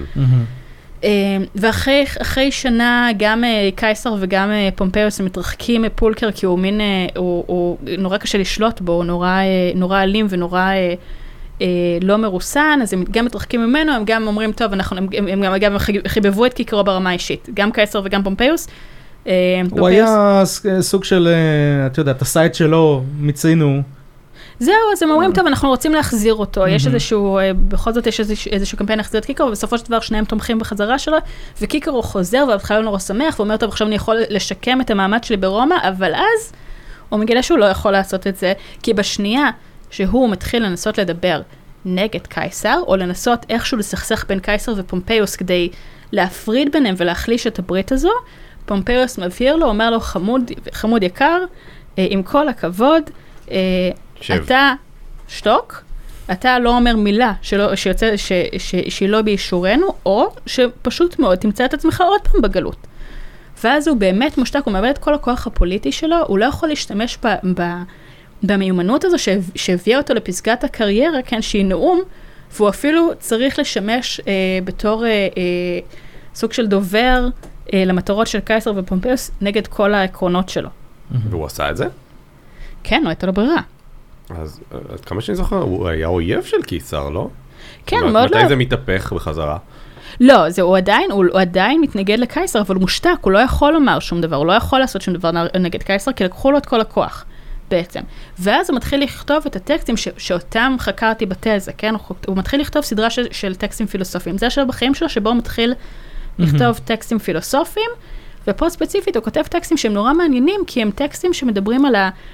ואחרי שנה גם קייסר וגם פומפיוס מתרחקים מפולקר, כי הוא מין, הוא נורא קשה לשלוט בו, הוא נורא אלים ונורא לא מרוסן, אז הם גם מתרחקים ממנו, הם גם אומרים, טוב, הם גם חיבבו את קיקרו ברמה אישית, גם קייסר וגם פומפיוס, הוא היה סוג של, אתה יודע, את הסייט שלו, מיצינו. זהו, אז הם אומרים, טוב, אנחנו רוצים להחזיר אותו, יש איזשהו, בכל זאת יש איזשהו קמפיין להחזיר את קיקרו, ובסופו של דבר שניהם תומכים בחזרה שלו, וקיקרו חוזר, ובהתחלה הוא נורא שמח, ואומר, טוב, עכשיו אני יכול לשקם את המעמד שלי ברומא, אבל אז הוא מגלה שהוא לא יכול לעשות את זה, כי בשנייה שהוא מתחיל לנסות לדבר נגד קייסר, או לנסות איכשהו לסכסך בין קייסר ופומפיוס, כדי להפריד ביניהם ולהחליש את הברית הזו, פומפיוס מבהיר לו, אומר לו, חמוד יקר, עם כל הכבוד, אתה שתוק, אתה לא אומר מילה שהיא לא באישורנו, או שפשוט מאוד תמצא את עצמך עוד פעם בגלות. ואז הוא באמת מושתק, הוא מאבד את כל הכוח הפוליטי שלו, הוא לא יכול להשתמש במיומנות הזו שהביאה אותו לפסגת הקריירה, כן, שהיא נאום, והוא אפילו צריך לשמש בתור סוג של דובר, למטרות של קייסר ופומפיוס נגד כל העקרונות שלו. והוא עשה את זה? כן, הוא הייתה לו ברירה. אז כמה שאני זוכר, הוא היה אויב של קיסר, לא? כן, מאוד לא. מתי זה מתהפך בחזרה? לא, הוא עדיין מתנגד לקייסר, אבל הוא מושתק, הוא לא יכול לומר שום דבר, הוא לא יכול לעשות שום דבר נגד קייסר, כי לקחו לו את כל הכוח, בעצם. ואז הוא מתחיל לכתוב את הטקסטים שאותם חקרתי בתזה, כן? הוא מתחיל לכתוב סדרה של טקסטים פילוסופיים. זה השלב בחיים שלו, שבו הוא מתחיל לכתוב טקסטים פילוסופיים, ופה ספציפית הוא כותב טקסטים שהם נורא מעניינים, כי הם טקסטים שמדברים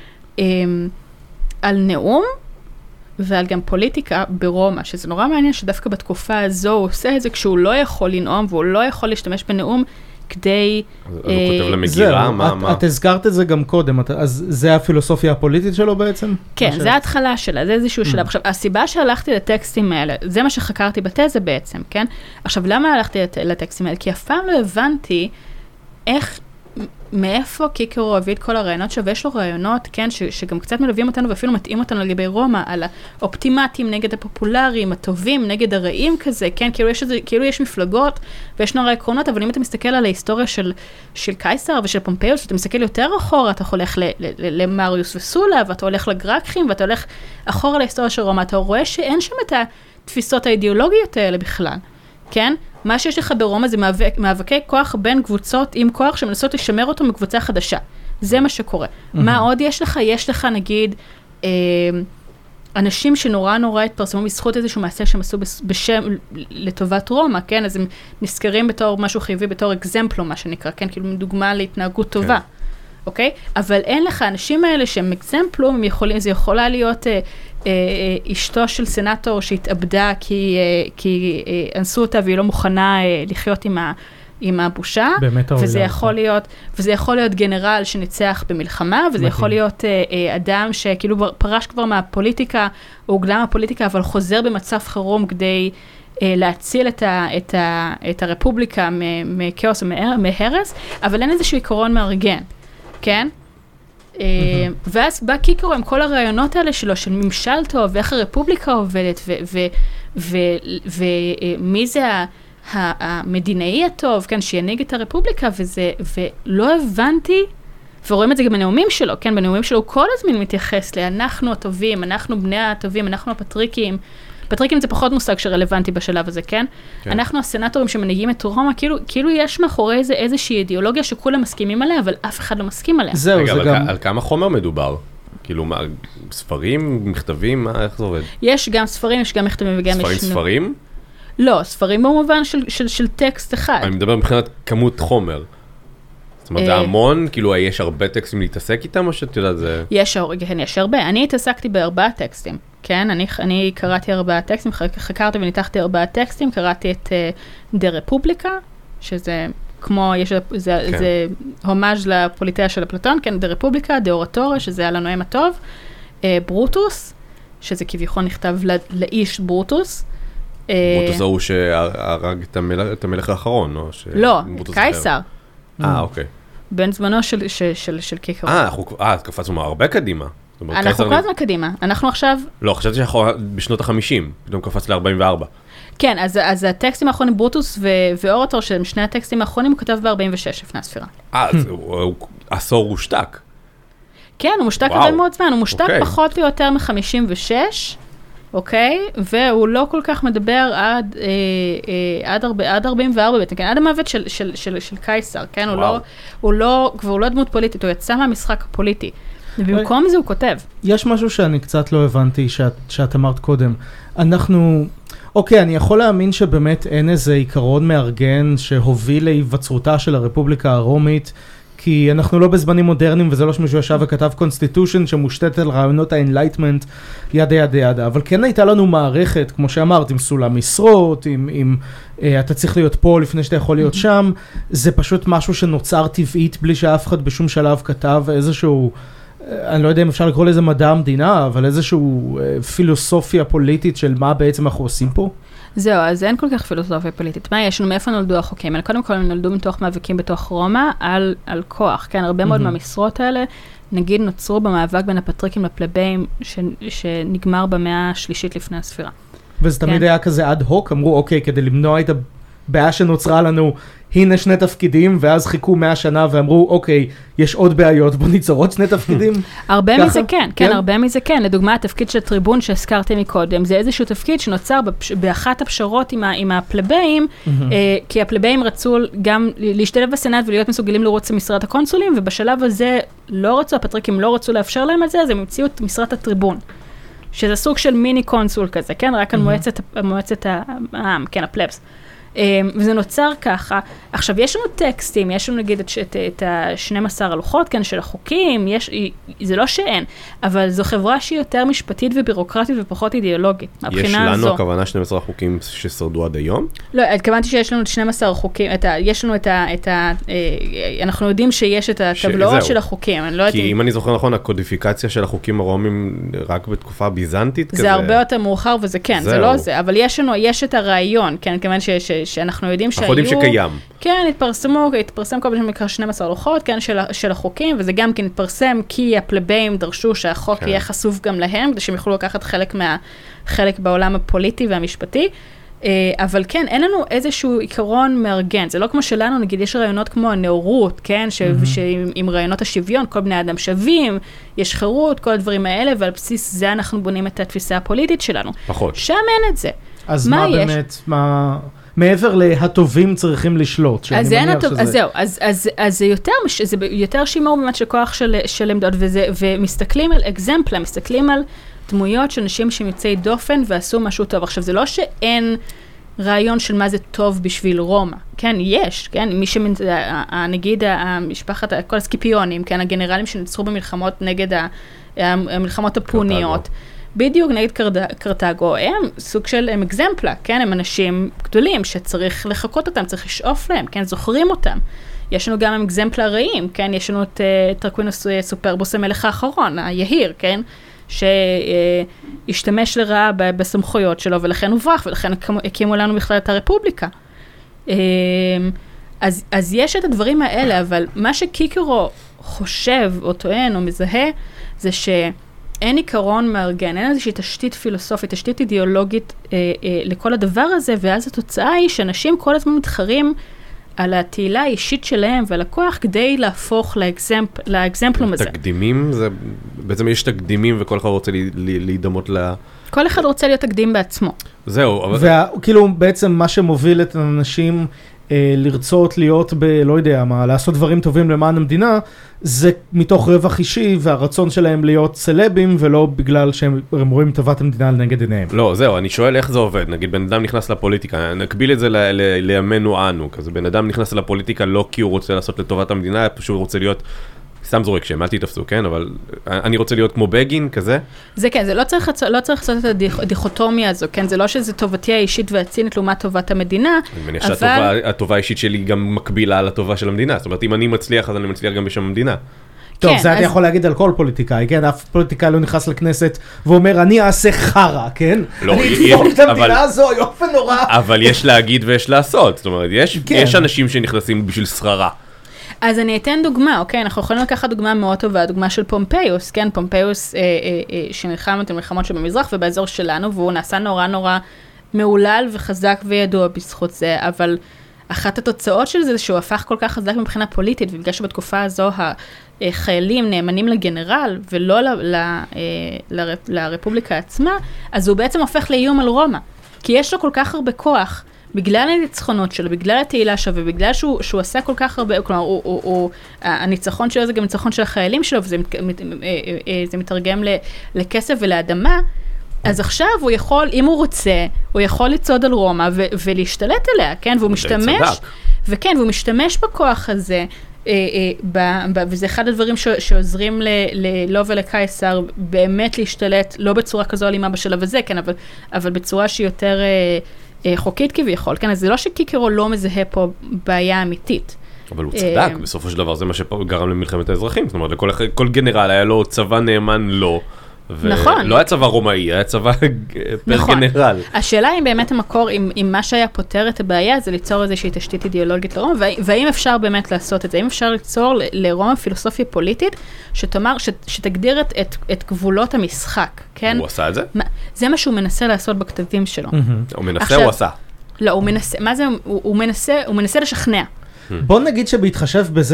על נאום, ועל גם פוליטיקה ברומא, שזה נורא מעניין שדווקא בתקופה הזו הוא עושה את זה כשהוא לא יכול לנאום, והוא לא יכול להשתמש בנאום כדי... אז הוא כותב למגירה, מה? את הזכרת את זה גם קודם, אז זה הפילוסופיה הפוליטית שלו בעצם? כן, זה ההתחלה שלה, זה איזשהו שלב. עכשיו, הסיבה שהלכתי לטקסטים האלה, זה מה שחקרתי בתזה בעצם, כן? עכשיו, למה הלכתי לטקסטים האלה? כי אף פעם לא הבנתי איך... מאיפה קיקרו הביא את כל הרעיונות שלו, ויש לו רעיונות, כן, שגם קצת מלווים אותנו, ואפילו מתאים אותנו לגבי רומא, על האופטימטים נגד הפופולריים, הטובים נגד הרעים כזה, כן, כאילו יש מפלגות, ויש נורא עקרונות, אבל אם אתה מסתכל על ההיסטוריה של קייסר ושל פומפיוס, ואתה מסתכל יותר אחורה, אתה הולך למריוס וסולה, ואתה הולך לגרקחים, ואתה הולך אחורה להיסטוריה של רומא, אתה רואה שאין שם את התפיסות האידיאולוגיות האלה בכלל, כן? מה שיש לך ברומא זה מאבקי כוח בין קבוצות עם כוח שמנסות לשמר אותו מקבוצה חדשה. זה מה שקורה. מה עוד יש לך? יש לך נגיד אנשים שנורא התפרסמו בזכות איזשהו מעשה שהם עשו בשם לטובת רומא, כן? אז הם נזכרים בתור משהו חיובי, בתור אקזמפלו, מה שנקרא, כן? כאילו דוגמה להתנהגות טובה. אוקיי? אבל אין לך, האנשים האלה שהם אקזמפלו, זה יכולה להיות אשתו של סנאטור שהתאבדה כי אנסו אותה והיא לא מוכנה לחיות עם הבושה. וזה יכול להיות גנרל שניצח במלחמה, וזה יכול להיות אדם שכאילו פרש כבר מהפוליטיקה, או הוגלה מהפוליטיקה, אבל חוזר במצב חירום כדי להציל את הרפובליקה מכאוס ומהרס, אבל אין איזשהו עיקרון מארגן. כן? ואז בא קיקרו עם כל הרעיונות האלה שלו, של ממשל טוב, ואיך הרפובליקה עובדת, ומי זה המדינאי הטוב, כן, שינהיג את הרפובליקה, ולא הבנתי, ורואים את זה גם בנאומים שלו, כן, בנאומים שלו הוא כל הזמן מתייחס אנחנו הטובים, אנחנו בני הטובים, אנחנו הפטריקים, פטריקים זה פחות מושג שרלוונטי בשלב הזה, כן? אנחנו הסנטורים שמנהיגים את רומא, כאילו יש מאחורי זה איזושהי אידיאולוגיה שכולם מסכימים עליה, אבל אף אחד לא מסכים עליה. זהו, זה גם... על כמה חומר מדובר? כאילו, ספרים, מכתבים, איך זה עובד? יש גם ספרים, יש גם מכתבים וגם יש... ספרים? לא, ספרים במובן של טקסט אחד. אני מדבר מבחינת כמות חומר. זאת אומרת, זה המון, כאילו, יש הרבה טקסטים להתעסק איתם, או שאת יודעת, זה... יש הרבה. אני התעסקתי ב4 טקסטים. כן, אני קראתי 4 טקסטים, חקרתי וניתחתי 4 טקסטים, קראתי את דה רפובליקה, שזה כמו, זה הומאז' לפוליטאה של אפלטון, כן, דה רפובליקה, דה אורטורה, שזה על הנואם הטוב, ברוטוס, שזה כביכול נכתב לאיש ברוטוס. ברוטוס הוא שהרג את המלך האחרון, לא? לא, קייסר. אוקיי. בן זמנו של קיקרו. קפצנו הרבה קדימה. אנחנו כל הזמן קדימה, אנחנו עכשיו... לא, חשבתי שאנחנו בשנות ה-50, פתאום קפץ ל-44. כן, אז הטקסטים האחרונים, ברוטוס ואורטור, שהם שני הטקסטים האחרונים, הוא כתב ב-46 לפני הספירה. אז עשור הושתק. כן, הוא מושתק הרבה מאוד זמן, הוא מושתק פחות או יותר מ-56, אוקיי? והוא לא כל כך מדבר עד 44 בעצם, כן? עד המוות של קייסר, כן? הוא לא דמות פוליטית, הוא יצא מהמשחק הפוליטי. ובמקום זה הוא כותב. יש משהו שאני קצת לא הבנתי שאת אמרת קודם. אוקיי, אני יכול להאמין שבאמת אין איזה עיקרון מארגן שהוביל להיווצרותה של הרפובליקה הרומית, כי אנחנו לא בזמנים מודרניים, וזה לא שמישהו ישב וכתב קונסטיטושן שמושתת על רעיונות האנלייטמנט, ידה. אבל כן הייתה לנו מערכת, כמו שאמרת, עם סולם משרות, עם אתה צריך להיות פה לפני שאתה יכול להיות שם. זה פשוט משהו שנוצר טבעית, בלי שאף אחד בשום שלב כתב איזשהו... אני לא יודע אם אפשר לקרוא לזה מדע המדינה, אבל איזשהו פילוסופיה פוליטית של מה בעצם אנחנו עושים פה? זהו, אז אין כל כך פילוסופיה פוליטית. מה, יש לנו מאיפה נולדו החוקים? קודם כל, הם נולדו מתוך מאבקים בתוך רומא על כוח. כן, הרבה מאוד מהמשרות האלה, נגיד, נוצרו במאבק בין הפטריקים לפלבאים, שנגמר במאה השלישית לפני הספירה. וזה תמיד היה כזה אד הוק, אמרו, אוקיי, כדי למנוע את הבעיה שנוצרה לנו, הנה 2 תפקידים, ואז חיכו 100 שנה ואמרו, אוקיי, יש עוד בעיות, בוא ניצור עוד 2 תפקידים. הרבה מזה כן, הרבה מזה כן. לדוגמה, התפקיד של הטריבון שהזכרתי מקודם, זה איזשהו תפקיד שנוצר באחת הפשרות עם הפלבאים, כי הפלבאים רצו גם להשתלב בסנאט ולהיות מסוגלים לרוץ למשרת הקונסולים, ובשלב הזה לא רצו, הפטריקים לא רצו לאפשר להם את זה, אז הם המציאו את משרת הטריבון. שזה סוג של מיני קונסול כזה, כן? רק על מועצת העם, כן, הפלבס. וזה נוצר ככה. עכשיו, יש לנו טקסטים, יש לנו נגיד את ה-12 הלוחות, כן, של החוקים, זה לא שאין, אבל זו חברה שהיא יותר משפטית ובירוקרטית ופחות אידיאולוגית. יש לנו הכוונה 12 החוקים ששרדו עד היום? לא, התכוונתי שיש לנו את 12 החוקים, יש לנו אנחנו יודעים שיש את הטבלאות של החוקים. כי אם אני זוכר נכון, הקודיפיקציה של החוקים הרומים רק בתקופה ביזנטית כזה. זה הרבה יותר מאוחר וזה כן, זה לא זה, אבל יש את הרעיון, כן, כיוון שאנחנו יודעים שהיו... אנחנו יודעים שקיים. כן, התפרסם כל פעם שנקרא 12 לוחות, כן, של החוקים, וזה גם כן התפרסם כי הפלבאים דרשו שהחוק יהיה חשוף גם להם, כדי שהם יוכלו לקחת חלק בעולם הפוליטי והמשפטי, אבל כן, אין לנו איזשהו עיקרון מארגן, זה לא כמו שלנו, נגיד, יש רעיונות כמו הנאורות, כן, עם רעיונות השוויון, כל בני האדם שווים, יש חירות, כל הדברים האלה, ועל בסיס זה אנחנו בונים את התפיסה הפוליטית שלנו. פחות. שם אין את זה. אז מה באמת, מעבר להטובים צריכים לשלוט, אז זהו, אז זה יותר שימור באמת של כוח של עמדות, ומסתכלים על אקזמפלה, מסתכלים על דמויות של נשים שיוצאי דופן ועשו משהו טוב. עכשיו, זה לא שאין רעיון של מה זה טוב בשביל רומא. כן, יש, כן, נגיד המשפחת, כל הסקיפיונים, כן, הגנרלים שנצחו במלחמות נגד המלחמות הפוניות. בדיוק נגד קרתגו, הם סוג של אקזמפלה, כן, הם אנשים גדולים שצריך לחכות אותם, צריך לשאוף להם, כן, זוכרים אותם. יש לנו גם אקזמפלה רעים, כן, יש לנו את טרקווינוס סופרבוס המלך האחרון, היהיר, כן, שהשתמש לרעה בסמכויות שלו, ולכן הוברח, ולכן הקימו לנו בכלל את הרפובליקה. אז יש את הדברים האלה, אבל מה שקיקרו חושב, או טוען, או מזהה, זה אין עיקרון מארגן, אין איזושהי תשתית פילוסופית, תשתית אידיאולוגית לכל הדבר הזה, ואז התוצאה היא שאנשים כל הזמן מתחרים על התהילה האישית שלהם ועל הכוח כדי להפוך לאקזמפלום הזה. תקדימים, בעצם יש תקדימים וכל אחד רוצה להידמות כל אחד רוצה להיות תקדים בעצמו. זהו. וכאילו בעצם מה שמוביל את האנשים לרצות להיות לא יודע מה, לעשות דברים טובים למען המדינה, זה מתוך רווח אישי והרצון שלהם להיות סלבים, ולא בגלל שהם רואים טובת המדינה לנגד עיניהם. לא, זהו, אני שואל איך זה עובד. נגיד, בן אדם נכנס לפוליטיקה, נקביל את זה לימינו אנו, כזה בן אדם נכנס לפוליטיקה לא כי הוא רוצה לעשות לטובת המדינה, פשוט הוא רוצה להיות, סתם זורק שם, אל תתפסו, כן? אבל אני רוצה להיות כמו בגין, כזה. זה כן, זה לא צריך לעשות את הדיכוטומיה הזו, כן? זה לא שזה טובתי האישית והצינית לעומת טובת המדינה, אני מניח שהטובה האישית שלי גם מקבילה לטובה של המדינה. זאת אומרת, אם אני מצליח, אז אני מצליח גם בשם המדינה. טוב, זה אתה יכול להגיד על כל פוליטיקאי, כן? אף פוליטיקאי לא נכנס לכנסת ואומר, אני אעשה חרה, כן? אני אתמוך את המדינה הזו, יופי נורא. אבל יש להגיד ויש לעשות. זאת אומרת, יש אנשים שנכנסים בשביל שררה. אז אני אתן דוגמה, אוקיי? אנחנו יכולים לקחת דוגמה מאוד טובה, דוגמה של פומפיוס, כן? פומפיוס שנלחם את המלחמות שבמזרח ובאזור שלנו, והוא נעשה נורא נורא מעולל וחזק וידוע בזכות זה, אבל אחת התוצאות של זה שהוא הפך כל כך חזק מבחינה פוליטית, ובגלל שבתקופה הזו החיילים נאמנים לגנרל ולא לרפובליקה עצמה, אז הוא בעצם הופך לאיום על רומא, כי יש לו כל כך הרבה כוח, בגלל הניצחונות שלו, בגלל התהילה שלו, ובגלל שהוא עשה כל כך הרבה, כלומר, הניצחון שלו זה גם ניצחון של החיילים שלו, וזה מתרגם לכסף ולאדמה, אז עכשיו הוא יכול, אם הוא רוצה, הוא יכול לצעוד על רומא ולהשתלט עליה, כן? והוא משתמש, וכן, והוא משתמש בכוח הזה, וזה אחד הדברים שעוזרים לו ולקייסר באמת להשתלט, לא בצורה כזו אלימה בשלב הזה, כן? אבל בצורה שהיא יותר חוקית כביכול, כן? אז זה לא שקיקרו לא מזהה פה בעיה אמיתית. אבל הוא צדק, בסופו של דבר זה מה שגרם למלחמת האזרחים, זאת אומרת, לכל גנרל היה לו צבא נאמן לא, נכון. לא היה צבא רומאי, היה צבא פר גנרל. השאלה אם באמת המקור, אם מה שהיה פותר את הבעיה, זה ליצור איזושהי תשתית אידיאולוגית לרומא, והאם אפשר באמת לעשות את זה? האם אפשר ליצור לרומא פילוסופיה פוליטית, שתגדיר את גבולות המשחק, כן? הוא עשה את זה? זה מה שהוא מנסה לעשות בכתבים שלו. הוא מנסה, הוא עשה. לא, הוא מנסה, מה זה? הוא מנסה לשכנע. בוא נגיד שבהתחשב בזה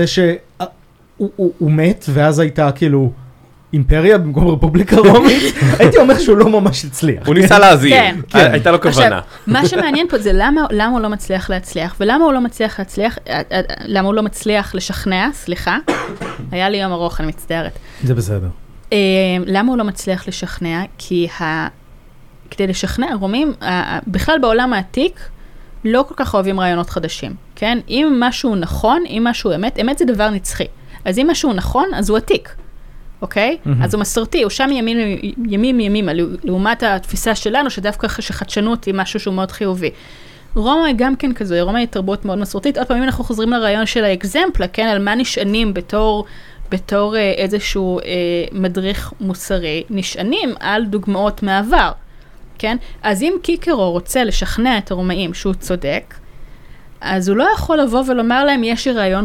שהוא מת, ואז הייתה כאילו אימפריה במקום רפובליקה רומית, הייתי אומר שהוא לא ממש הצליח. הוא ניסה להזהיר, הייתה לו כוונה. מה שמעניין פה זה למה הוא לא מצליח להצליח, ולמה הוא לא מצליח להצליח, למה הוא לא מצליח לשכנע, סליחה, היה לי יום ארוך, אני מצטערת. זה בסדר. למה הוא לא מצליח לשכנע? כי כדי לשכנע, רומים, בכלל בעולם העתיק, לא כל כך אוהבים רעיונות חדשים, כן? אם משהו נכון, אם משהו אמת זה דבר נצחי. אז אם משהו נכון, אז הוא עתיק. אוקיי? אז הוא מסורתי, הוא שם ימים, לעומת התפיסה שלנו, שדווקא שחדשנות היא משהו שהוא מאוד חיובי. רומא היא גם כן כזו, רומא היא תרבות מאוד מסורתית. עוד פעמים אנחנו חוזרים לרעיון של האקזמפלה, כן? על מה נשענים בתור איזשהו מדריך מוסרי, נשענים על דוגמאות מעבר, כן? אז אם קיקרו רוצה לשכנע את הרומאים שהוא צודק, אז הוא לא יכול לבוא ולומר להם, יש לי רעיון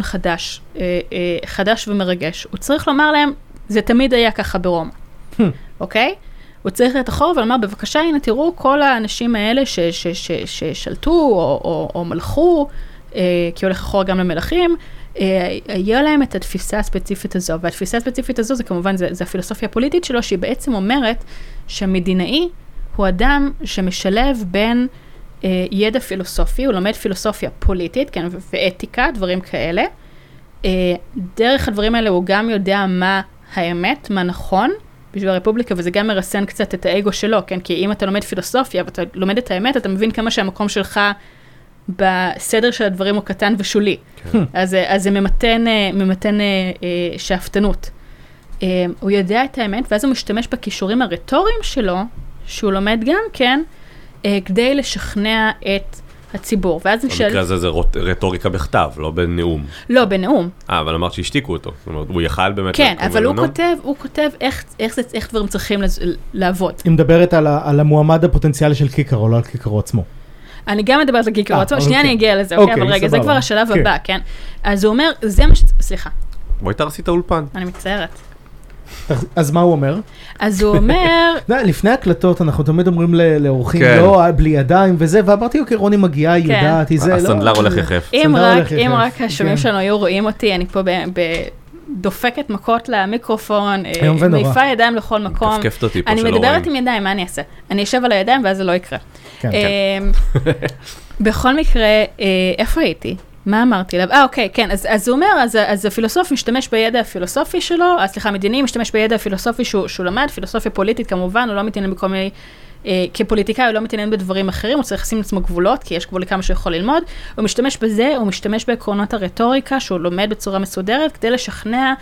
חדש ומרגש. הוא צריך לומר להם, זה תמיד היה ככה ברומא, אוקיי? הוא צריך להיות אחורה ולומר, בבקשה, הנה, תראו כל האנשים האלה ששלטו או מלכו, כי הולך אחורה גם למלכים, היה להם את התפיסה הספציפית הזו, והתפיסה הספציפית הזו זה כמובן, זה הפילוסופיה הפוליטית שלו, שהיא בעצם אומרת שהמדינאי הוא אדם שמשלב בין ידע פילוסופי, הוא לומד פילוסופיה פוליטית, כן, ואתיקה, דברים כאלה. דרך הדברים האלה הוא גם יודע מה האמת, מה נכון, בשביל הרפובליקה, וזה גם מרסן קצת את האגו שלו, כן? כי אם אתה לומד פילוסופיה ואתה לומד את האמת, אתה מבין כמה שהמקום שלך בסדר של הדברים הוא קטן ושולי. כן. אז זה ממתן שאפתנות. הוא יודע את האמת, ואז הוא משתמש בכישורים הרטוריים שלו, שהוא לומד גם כן, כדי לשכנע את הציבור. ואז נשאל... במקרה הזה זה רטוריקה בכתב, לא בנאום. לא, בנאום. אבל אמרת שהשתיקו אותו. זאת אומרת, הוא יכל באמת... כן, אבל הוא כותב איך דברים צריכים לעבוד. היא מדברת על המועמד הפוטנציאלי של קיקרו, לא על קיקרו עצמו. אני גם מדברת על קיקרו עצמו, שנייה אני אגיע לזה, אוקיי? אבל רגע, זה כבר השלב הבא, כן? אז הוא אומר, זה מה סליחה. בואי תרסי את האולפן. אני מצטערת. אז מה הוא אומר? אז הוא אומר... לפני הקלטות אנחנו תמיד אומרים לאורחים, לא בלי ידיים וזה, ואמרתי, אוקיי, רוני מגיעה, היא יודעת, היא זה, הסנדלר הולך יחף. אם רק השומעים שלנו היו רואים אותי, אני פה דופקת מכות למיקרופון, מעיפה ידיים לכל מקום. כפכפת אותי פה שלא אני רואים. מדברת עם ידיים, מה אני אעשה? אני אשב על הידיים ואז זה לא יקרה. בכל מקרה, איפה הייתי? מה אמרתי עליו? אוקיי, כן, אז הוא אומר, אז הפילוסוף משתמש בידע הפילוסופי שלו, סליחה, המדיני משתמש בידע הפילוסופי שהוא למד, פילוסופיה פוליטית כמובן, הוא לא מתעניין בכל מיני, כפוליטיקאי הוא לא מתעניין בדברים אחרים, הוא צריך לשים לעצמו גבולות, כי יש גבול לכמה שהוא יכול ללמוד, הוא משתמש בזה, הוא משתמש בעקרונות הרטוריקה, שהוא לומד בצורה מסודרת, כדי לשכנע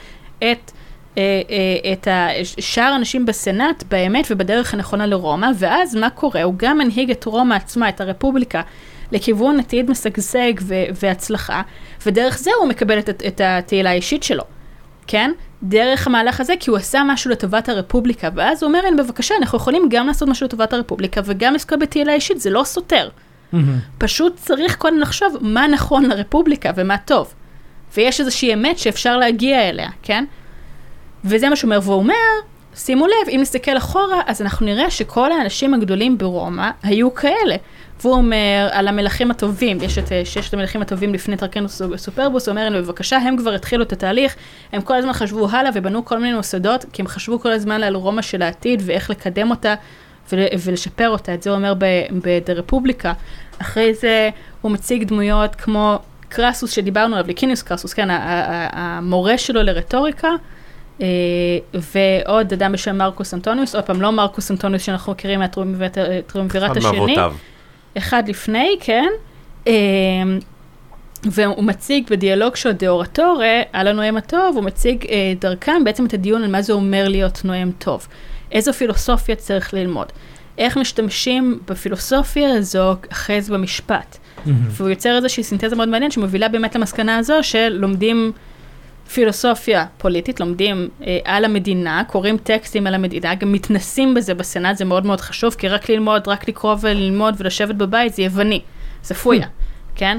את שאר אנשים בסנאט באמת ובדרך הנכונה לרומא, ואז מה קורה? הוא גם מנהיג את רומא עצמה, את הרפובליקה, לכיוון עתיד משגשג והצלחה, ודרך זה הוא מקבל את התהילה האישית שלו, כן? דרך המהלך הזה, כי הוא עשה משהו לטובת הרפובליקה, ואז הוא אומר, בבקשה, אנחנו יכולים גם לעשות משהו לטובת הרפובליקה, וגם לזכות בתהילה אישית, זה לא סותר. פשוט צריך קודם לחשוב מה נכון לרפובליקה ומה טוב. ויש איזושהי אמת שאפשר להגיע אליה, כן? וזה מה שהוא אומר, והוא אומר, שימו לב, אם נסתכל אחורה, אז אנחנו נראה שכל האנשים הגדולים ברומא היו כאלה. והוא אומר על המלכים הטובים, יש את ששת המלכים הטובים לפני טרקנוס סופרבוס, הוא אומר, בבקשה, הם כבר התחילו את התהליך, הם כל הזמן חשבו הלאה ובנו כל מיני מוסדות, כי הם חשבו כל הזמן על רומא של העתיד, ואיך לקדם אותה ולשפר אותה. את זה הוא אומר ברפובליקה. אחרי זה הוא מציג דמויות כמו קרסוס שדיברנו עליו, ליקיניוס קרסוס, כן, המורה שלו לרטוריקה, ועוד אדם בשם מרקוס אנטוניוס, עוד פעם לא מרקוס אנטוניוס שאנחנו מכירים מהטריומווירט השני, אחד לפני, כן, והוא מציג בדיאלוג שלו דה-אורטורה, על הנואם הטוב, הוא מציג דרכם בעצם את הדיון על מה זה אומר להיות נואם טוב. איזו פילוסופיה צריך ללמוד. איך משתמשים בפילוסופיה הזו אחרי זה במשפט. והוא יוצר איזושהי סינתזה מאוד מעניין, שמובילה באמת למסקנה הזו, שלומדים פילוסופיה פוליטית, לומדים על המדינה, קוראים טקסטים על המדינה, גם מתנסים בזה בסנאט, זה מאוד מאוד חשוב, כי רק ללמוד, רק לקרוא וללמוד ולשבת בבית, זה יווני, זה פויה, כן?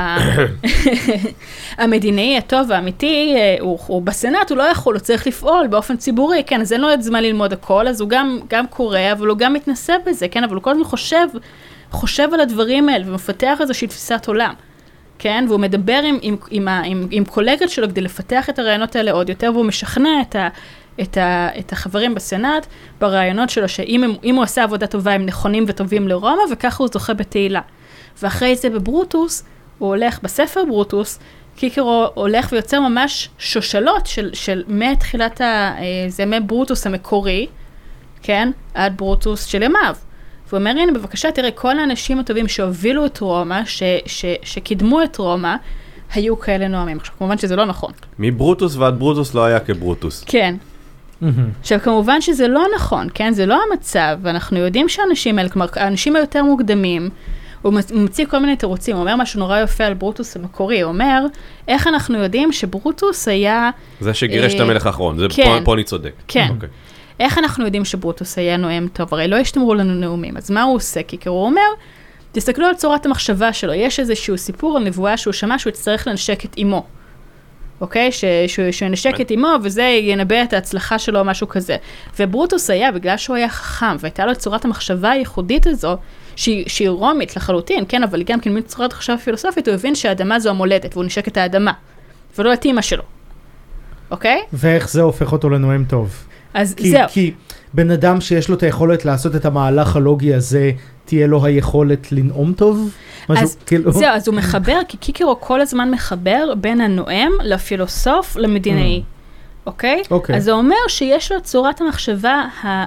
המדינאי הטוב והאמיתי, הוא בסנאט, הוא לא יכול, הוא צריך לפעול באופן ציבורי, כן, אז אין לו את זמן ללמוד הכל, אז הוא גם קורא, אבל הוא גם מתנסה בזה, כן, אבל הוא כל הזמן חושב על הדברים האלה, ומפתח איזושהי תפיסת עולם. כן, והוא מדבר עם קולגות שלו כדי לפתח את הרעיונות האלה עוד יותר, והוא משכנע את החברים בסנאט ברעיונות שלו, שאם הוא עשה עבודה טובה, הם נכונים וטובים לרומא, וככה הוא זוכה בתהילה. ואחרי זה בברוטוס, הוא הולך בספר ברוטוס, קיקרו הולך ויוצר ממש שושלות של מתחילת זה מברוטוס המקורי, כן, עד ברוטוס של ימיו. והוא אומר, הנה, בבקשה, תראה, כל האנשים הטובים שהובילו את רומא, שקידמו את רומא, היו כאלה נואמים. עכשיו, כמובן שזה לא נכון. מברוטוס ועד ברוטוס לא היה כברוטוס. כן. עכשיו, כמובן שזה לא נכון, כן? זה לא המצב, ואנחנו יודעים שהאנשים האלה, כלומר, האנשים היותר מוקדמים, הוא מציג כל מיני תירוצים, הוא אומר משהו נורא יפה על ברוטוס המקורי, הוא אומר, איך אנחנו יודעים שברוטוס היה... זה שגירש את המלך האחרון, פה אני צודק. כן. איך אנחנו יודעים שברוטוס היה נואם טוב? הרי לא השתמרו לנו נאומים. אז מה הוא עושה? כי הוא אומר, תסתכלו על צורת המחשבה שלו. יש איזשהו סיפור על נבואה שהוא שמע שהוא יצטרך לנשק את אמו. אוקיי? שהוא ינשק את אמו, וזה ינבא את ההצלחה שלו או משהו כזה. וברוטוס היה, בגלל שהוא היה חכם, והייתה לו את צורת המחשבה הייחודית הזו, שהיא רומית לחלוטין, כן? אבל גם כן מצורת מחשבה פילוסופית, הוא הבין שהאדמה זו המולדת, והוא נשק את האדמה. ולא את אמא שלו. אוקיי? ואיך זה הופך אותו לנואם טוב? אז זהו. כי בן אדם שיש לו את היכולת לעשות את המהלך הלוגי הזה, תהיה לו היכולת לנאום טוב? אז זהו, אז הוא מחבר, כי קיקרו כל הזמן מחבר בין הנואם לפילוסוף למדינאי. אוקיי? אז זה אומר שיש לו צורת המחשבה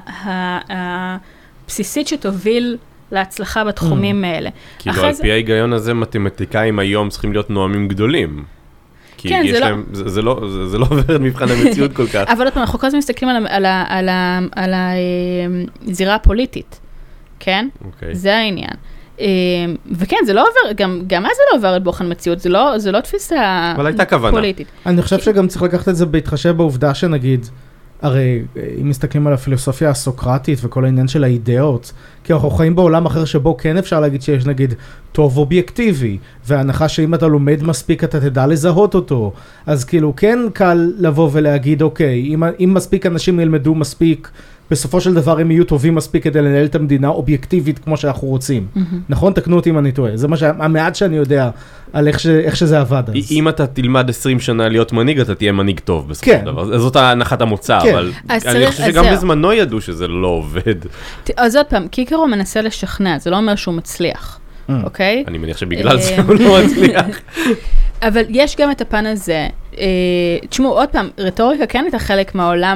הבסיסית שתוביל להצלחה בתחומים האלה. כאילו על פי ההיגיון הזה, מתמטיקאים היום צריכים להיות נואמים גדולים. כי כן, יש להם, זה לא עובר את מבחן המציאות כל כך. אבל אנחנו כל הזמן מסתכלים על הזירה הפוליטית, כן? זה העניין. וכן, זה לא עובר, גם אז זה לא עובר את בוחן מציאות, זה לא תפיסה אבל הייתה כוונה. פוליטית. אני חושב שגם צריך לקחת את זה בהתחשב בעובדה שנגיד, הרי אם מסתכלים על הפילוסופיה הסוקרטית וכל העניין של האידאות, כי אנחנו חיים בעולם אחר שבו כן אפשר להגיד שיש נגיד טוב אובייקטיבי, וההנחה שאם אתה לומד מספיק אתה תדע לזהות אותו, אז כאילו כן קל לבוא ולהגיד אוקיי, אם מספיק אנשים ילמדו מספיק, בסופו של דבר הם יהיו טובים מספיק כדי לנהל את המדינה אובייקטיבית כמו שאנחנו רוצים. נכון? תקנו אותי אם אני טועה. זה המעט שאני יודע על איך שזה עבד אז. אם אתה תלמד 20 שנה להיות מנהיג, אתה תהיה מנהיג טוב בסופו של דבר. זאת הנחת המוצא, אבל אני חושב שגם בזמנו ידעו שזה לא עובד. אז עוד פעם, קיקרו מנסה לשכנע, זה לא אומר שהוא מצליח, אוקיי? אני מניח שבגלל זה הוא לא מצליח. אבל יש גם את הפן הזה, תשמעו, עוד פעם, רטוריקה כן הייתה חלק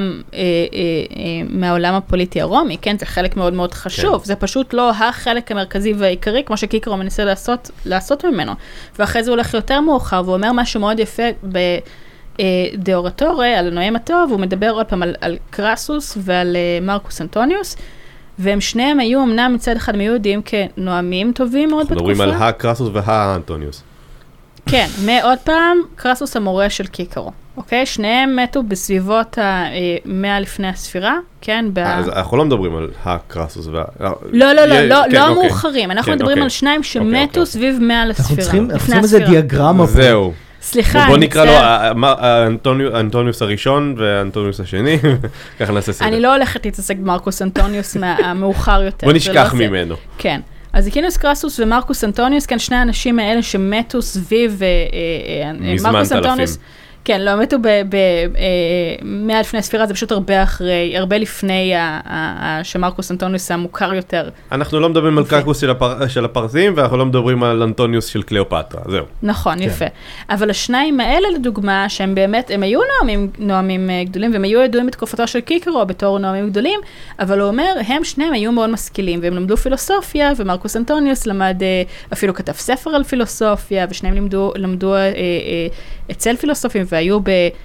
מהעולם הפוליטי הרומי, כן, זה חלק מאוד מאוד חשוב, זה פשוט לא החלק המרכזי והעיקרי, כמו שקיקרו מנסה לעשות ממנו, ואחרי זה הוא הולך יותר מאוחר, והוא אומר משהו מאוד יפה דה אורטורה, על הנואם הטוב, הוא מדבר עוד פעם על קרסוס ועל מרקוס אנטוניוס, והם שניהם היו, אמנם מצד אחד הם היו יודעים כנואמים טובים מאוד בתקופה. אנחנו מדברים על הקרסוס והאנטוניוס. כן, עוד פעם, קרסוס המורה של קיקרו, אוקיי? שניהם מתו בסביבות 100 לפני הספירה, כן? אז אנחנו לא מדברים על הקרסוס לא המאוחרים, אנחנו מדברים על שניים שמתו סביב 100 לספירה. אנחנו צריכים איזה דיאגרמה פה. זהו. סליחה, בוא נקרא לו אנטוניוס הראשון ואנטוניוס השני, ככה נעשה סדר. אני לא הולכת להתעסק במרקוס אנטוניוס המאוחר יותר. בוא נשכח ממנו. כן. אז איקינוס קרסוס ומרקוס אנטוניוס, כן, שני האנשים האלה שמתו סביב מזמן תלפים. כן, לא מתו ב-100 לפני הספירה, זה פשוט הרבה לפני שמרקוס אנטוניוס המוכר יותר. אנחנו לא מדברים על קרקוס של הפרסים, ואנחנו לא מדברים על אנטוניוס של קליאופטרה, זהו. נכון, יפה. אבל השניים האלה, לדוגמה, שהם באמת, הם היו נואמים גדולים, והם היו ידועים בתקופתו של קיקרו בתור נואמים גדולים, אבל הוא אומר, הם שניהם היו מאוד משכילים, והם למדו פילוסופיה, ומרקוס אנטוניוס למד, אפילו כתב ספר על פילוסופיה, ושניהם למדו אצל פילוסופים, והיו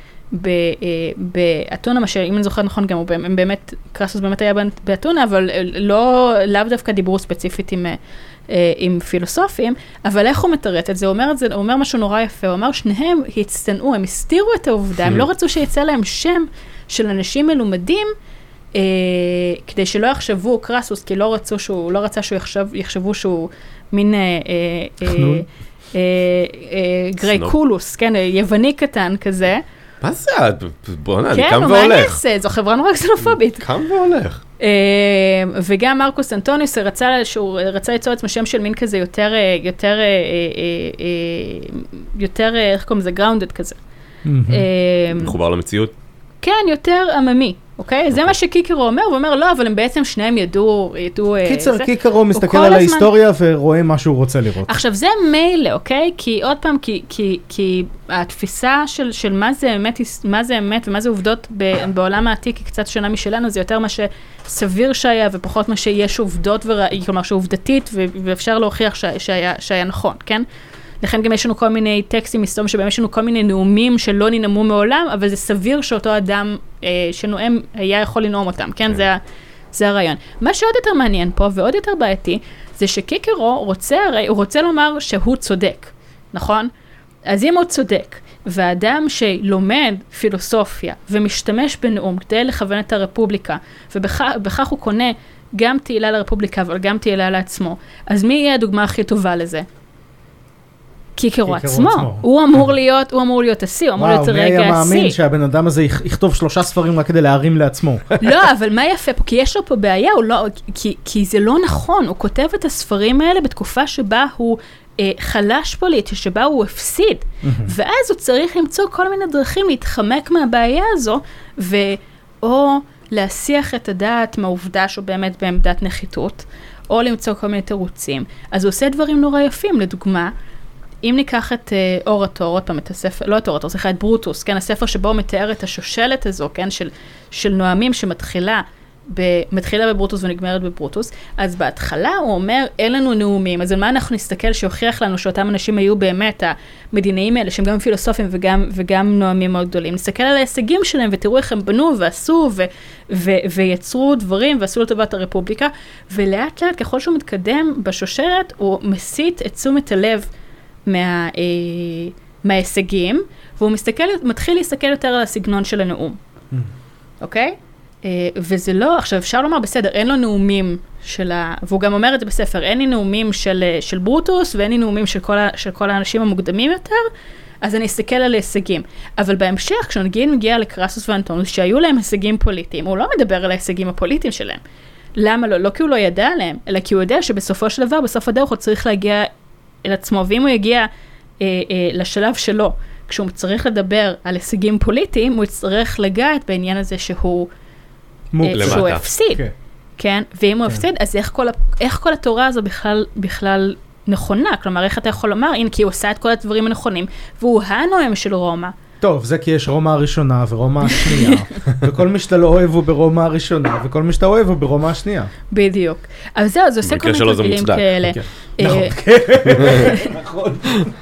באתונה, אם אני זוכרת נכון, גם הם באמת, קרסוס באמת היה באתונה, אבל לאו דווקא דיברו ספציפית עם פילוסופים, אבל איך הוא מתרץ את זה? הוא אומר משהו נורא יפה, הוא אמר שניהם הצטנעו, הם הסתירו את העובדה, הם לא רצו שיצא להם שם של אנשים מלומדים, כדי שלא יחשבו קרסוס, כי לא רצה שיחשבו שהוא מין גרייקולוס, כן, יווני קטן כזה. מה זה? בוא'נה, אני כן, קם והולך. כן, מה אני אעשה? זו חברה נורא קסנופובית. קם והולך. וגם מרקוס אנטוניוס רצה ליצור עצמו שם של מין כזה יותר, איך קוראים לזה? גראונדד כזה. מחובר למציאות? כן, יותר עממי. אוקיי? זה מה שקיקרו אומר, הוא אומר, לא, אבל הם בעצם שניהם ידעו... קיצר, קיקרו מסתכל על ההיסטוריה ורואה מה שהוא רוצה לראות. עכשיו, זה מילא, אוקיי? כי עוד פעם, כי התפיסה של מה זה אמת ומה זה עובדות בעולם העתיק היא קצת שונה משלנו, זה יותר מה שסביר שהיה ופחות מה שיש עובדות, כלומר שעובדתית, ואפשר להוכיח שהיה נכון, כן? לכן גם יש לנו כל מיני טקסטים היסטוריים שבהם יש לנו כל מיני נאומים שלא ננאמו מעולם, אבל זה סביר שאותו אדם שנואם היה יכול לנאום אותם, כן? זה הרעיון. מה שעוד יותר מעניין פה ועוד יותר בעייתי, זה שקיקרו רוצה לומר שהוא צודק, נכון? אז אם הוא צודק, והאדם שלומד פילוסופיה ומשתמש בנאום כדי לכוון את הרפובליקה, ובכך הוא קונה גם תהילה לרפובליקה, אבל גם תהילה לעצמו, אז מי יהיה הדוגמה הכי טובה לזה? קיקרו עצמו. הוא אמור להיות השיא, הוא אמור להיות רגע השיא. וואו, מי היה מאמין שהבן אדם הזה יכתוב 3 ספרים רק כדי להרים לעצמו? לא, אבל מה יפה פה? כי יש לו פה בעיה, כי זה לא נכון. הוא כותב את הספרים האלה בתקופה שבה הוא חלש פוליטי, שבה הוא הפסיד. ואז הוא צריך למצוא כל מיני דרכים להתחמק מהבעיה הזו, או להסיח את הדעת מהעובדה שהוא באמת בעמדת נחיתות, או למצוא כל מיני תירוצים. אז הוא עושה דברים נורא יפים, לדוגמה, אם ניקח את אורטור, עוד פעם את הספר, לא את אורטור, סליחה, את ברוטוס, כן, הספר שבו הוא מתאר את השושלת הזו, כן, של נואמים שמתחילה בברוטוס ונגמרת בברוטוס, אז בהתחלה הוא אומר, אין לנו נאומים, אז על מה אנחנו נסתכל שיוכיח לנו שאותם אנשים היו באמת המדינאים האלה, שהם גם פילוסופים וגם נואמים מאוד גדולים. נסתכל על ההישגים שלהם ותראו איך הם בנו ועשו ויצרו דברים ועשו לטובת הרפובליקה, ולאט לאט ככל שהוא מתקדם בשושלת, הוא מסית את תשומת הלב מההישגים, והוא מתחיל להסתכל יותר על הסגנון של הנאום. אוקיי? וזה לא, עכשיו אפשר לומר, בסדר, אין לו נאומים והוא גם אומר את זה בספר, אין לי נאומים של ברוטוס, ואין לי נאומים של כל האנשים המוקדמים יותר, אז אני אסתכל על ההישגים. אבל בהמשך, כשנגיד מגיע לקרסוס ואנטונוס, שהיו להם הישגים פוליטיים, הוא לא מדבר על ההישגים הפוליטיים שלהם. למה לא? לא כי הוא לא ידע עליהם, אלא כי הוא יודע שבסופו של דבר, בסוף הדרך הוא צריך להגיע אל עצמו, ואם הוא יגיע לשלב שלו, כשהוא צריך לדבר על הישגים פוליטיים, הוא יצטרך לגעת בעניין הזה שהוא הפסיד. כן? ואם הוא הפסיד, אז איך כל התורה הזו בכלל נכונה? כלומר, איך אתה יכול לומר, הנה, כי הוא עושה את כל הדברים הנכונים, והוא הנואם של רומא. טוב, זה כי יש רומא הראשונה ורומא השנייה, וכל מי שאתה לא אוהב הוא ברומא הראשונה, וכל מי שאתה אוהב הוא ברומא השנייה. בדיוק. אבל זהו, זה עושה כל מיני תרגילים כאלה. נכון.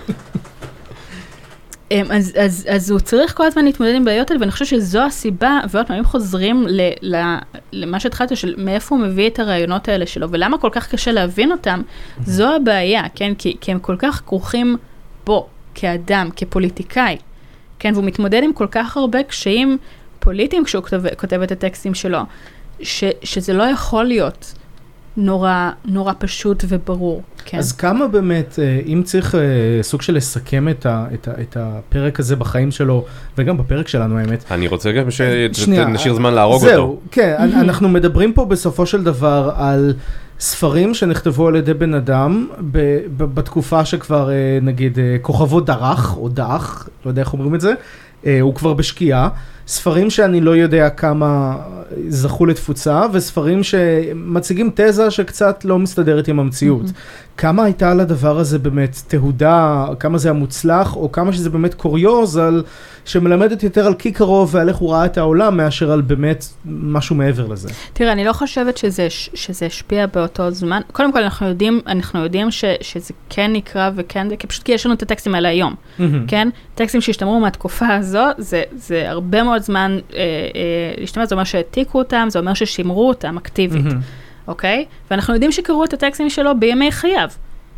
אז הוא צריך כל הזמן להתמודד עם בעיות האלה, ואני חושבת שזו הסיבה, ועוד פעמים חוזרים למה שהתחלתי, של מאיפה הוא מביא את הרעיונות האלה שלו, ולמה כל כך קשה להבין אותם, זו הבעיה, כן? כי הם כל כך כרוכים בו, כאדם, כפוליטיקאי, כן? והוא מתמודד עם כל כך הרבה קשיים פוליטיים כשהוא כותב את הטקסטים שלו, שזה לא יכול להיות נורא פשוט וברור. כן. אז כמה באמת, אם צריך סוג של לסכם את הפרק הזה בחיים שלו, וגם בפרק שלנו האמת. אני רוצה גם שנשאיר זמן להרוג אותו. זהו, כן, אנחנו מדברים פה בסופו של דבר על ספרים שנכתבו על ידי בן אדם, בתקופה שכבר נגיד כוכבו דרך, או דח, לא יודע איך אומרים את זה, הוא כבר בשקיעה, ספרים שאני לא יודע כמה זכו לתפוצה, וספרים שמציגים תזה שקצת לא מסתדרת עם המציאות. כמה הייתה על הדבר הזה באמת תהודה, כמה זה המוצלח, או כמה שזה באמת קוריוז, שמלמדת יותר על קיקרו ועל איך הוא ראה את העולם, מאשר על באמת משהו מעבר לזה. תראה, אני לא חושבת שזה השפיע באותו זמן. קודם כל, אנחנו יודעים שזה כן נקרא וכן, פשוט כי יש לנו את הטקסטים האלה היום. כן? טקסטים שהשתמרו מהתקופה הזו, זה הרבה מאוד זמן להשתמש, זה אומר שהעתיקו אותם, זה אומר ששימרו אותם אקטיבית. אוקיי? ואנחנו יודעים שקראו את הטקסטים שלו בימי חייו.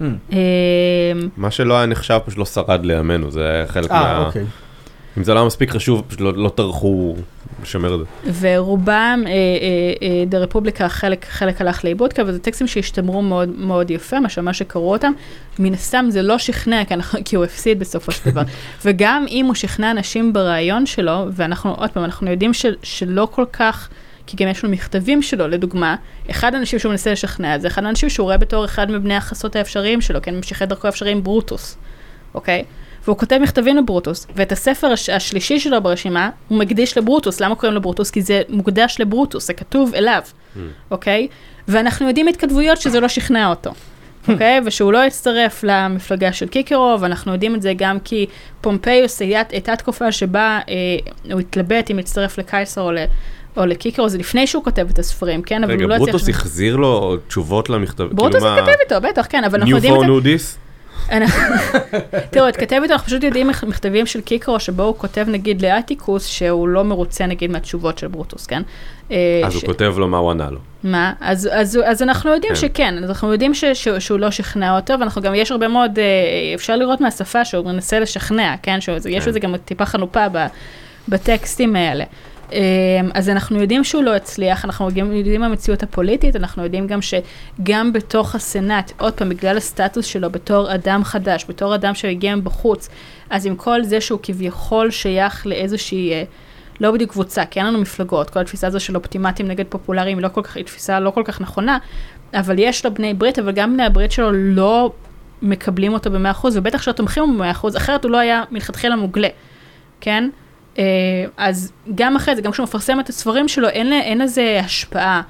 מה שלא היה נחשב פשוט לא שרד לימינו, זה חלק אוקיי. אם זה לא מספיק חשוב, פשוט לא טרחו לשמר את זה. ורובם, דה רפובליקה, חלק הלך לאיבוד, אבל זה טקסטים שהשתמרו מאוד, מאוד יפה, מה שקראו אותם, מן הסתם זה לא שכנע, כי הוא הפסיד בסופו של דבר. וגם אם הוא שכנע אנשים ברעיון שלו, ואנחנו, עוד פעם, אנחנו יודעים שלא כל כך, כי גם יש לנו מכתבים שלו, לדוגמה, אחד האנשים שהוא מנסה לשכנע, זה אחד האנשים שהוא רואה בתור אחד מבני החסות האפשריים שלו, כן, ממשיכי דרכו האפשריים ברוטוס, אוקיי? והוא כותב מכתבים לברוטוס, ואת הספר השלישי שלו ברשימה, הוא מקדיש לברוטוס. למה קוראים לברוטוס? כי זה מוקדש לברוטוס, זה כתוב אליו, אוקיי? ואנחנו יודעים התכתבויות שזה לא שכנע אותו, אוקיי? ושהוא לא יצטרף למפלגה של קיקרו, ואנחנו יודעים את זה גם כי פומפיוס הייתה תקופה שבה הוא התלבט אם להצטרף לקייסר או לקיקרו, זה לפני שהוא כותב את הספרים, כן? רגע, ברוטוס החזיר לו תשובות למכתב? ברוטוס כתב איתו, בטח, כן, אבל אנחנו יודעים את זה. תראו, את כתב איתו, אנחנו פשוט יודעים מכתבים של קיקרו, שבו הוא כותב נגיד לאטיקוס, שהוא לא מרוצה נגיד מהתשובות של ברוטוס, כן? אז הוא כותב לו מה הוא ענה לו. מה? אז אנחנו יודעים שכן, אנחנו יודעים שהוא לא שכנע אותו, ואנחנו גם, יש הרבה מאוד, אפשר לראות מהשפה שהוא מנסה לשכנע, כן? יש לזה גם טיפה חנופה בטקסטים האלה. אז אנחנו יודעים שהוא לא הצליח, אנחנו יודעים המציאות הפוליטית, אנחנו יודעים גם שגם בתוך הסנאט, עוד פעם, בגלל הסטטוס שלו בתור אדם חדש, בתור אדם שהגיע מבחוץ, אז עם כל זה שהוא כביכול שייך לאיזושהי, לא בדיוק קבוצה, כי אין לנו מפלגות, כל התפיסה הזו של אופטימטים נגד פופולריים היא תפיסה לא כל כך נכונה, אבל יש לו בני ברית, אבל גם בני הברית שלו לא מקבלים אותו ב100%, ובטח שלא תומכים ב100%, אחרת הוא לא היה מלכתחילה מוגלה, כן? אז גם אחרי זה, גם כשהוא מפרסם את הספרים שלו, אין לזה השפעה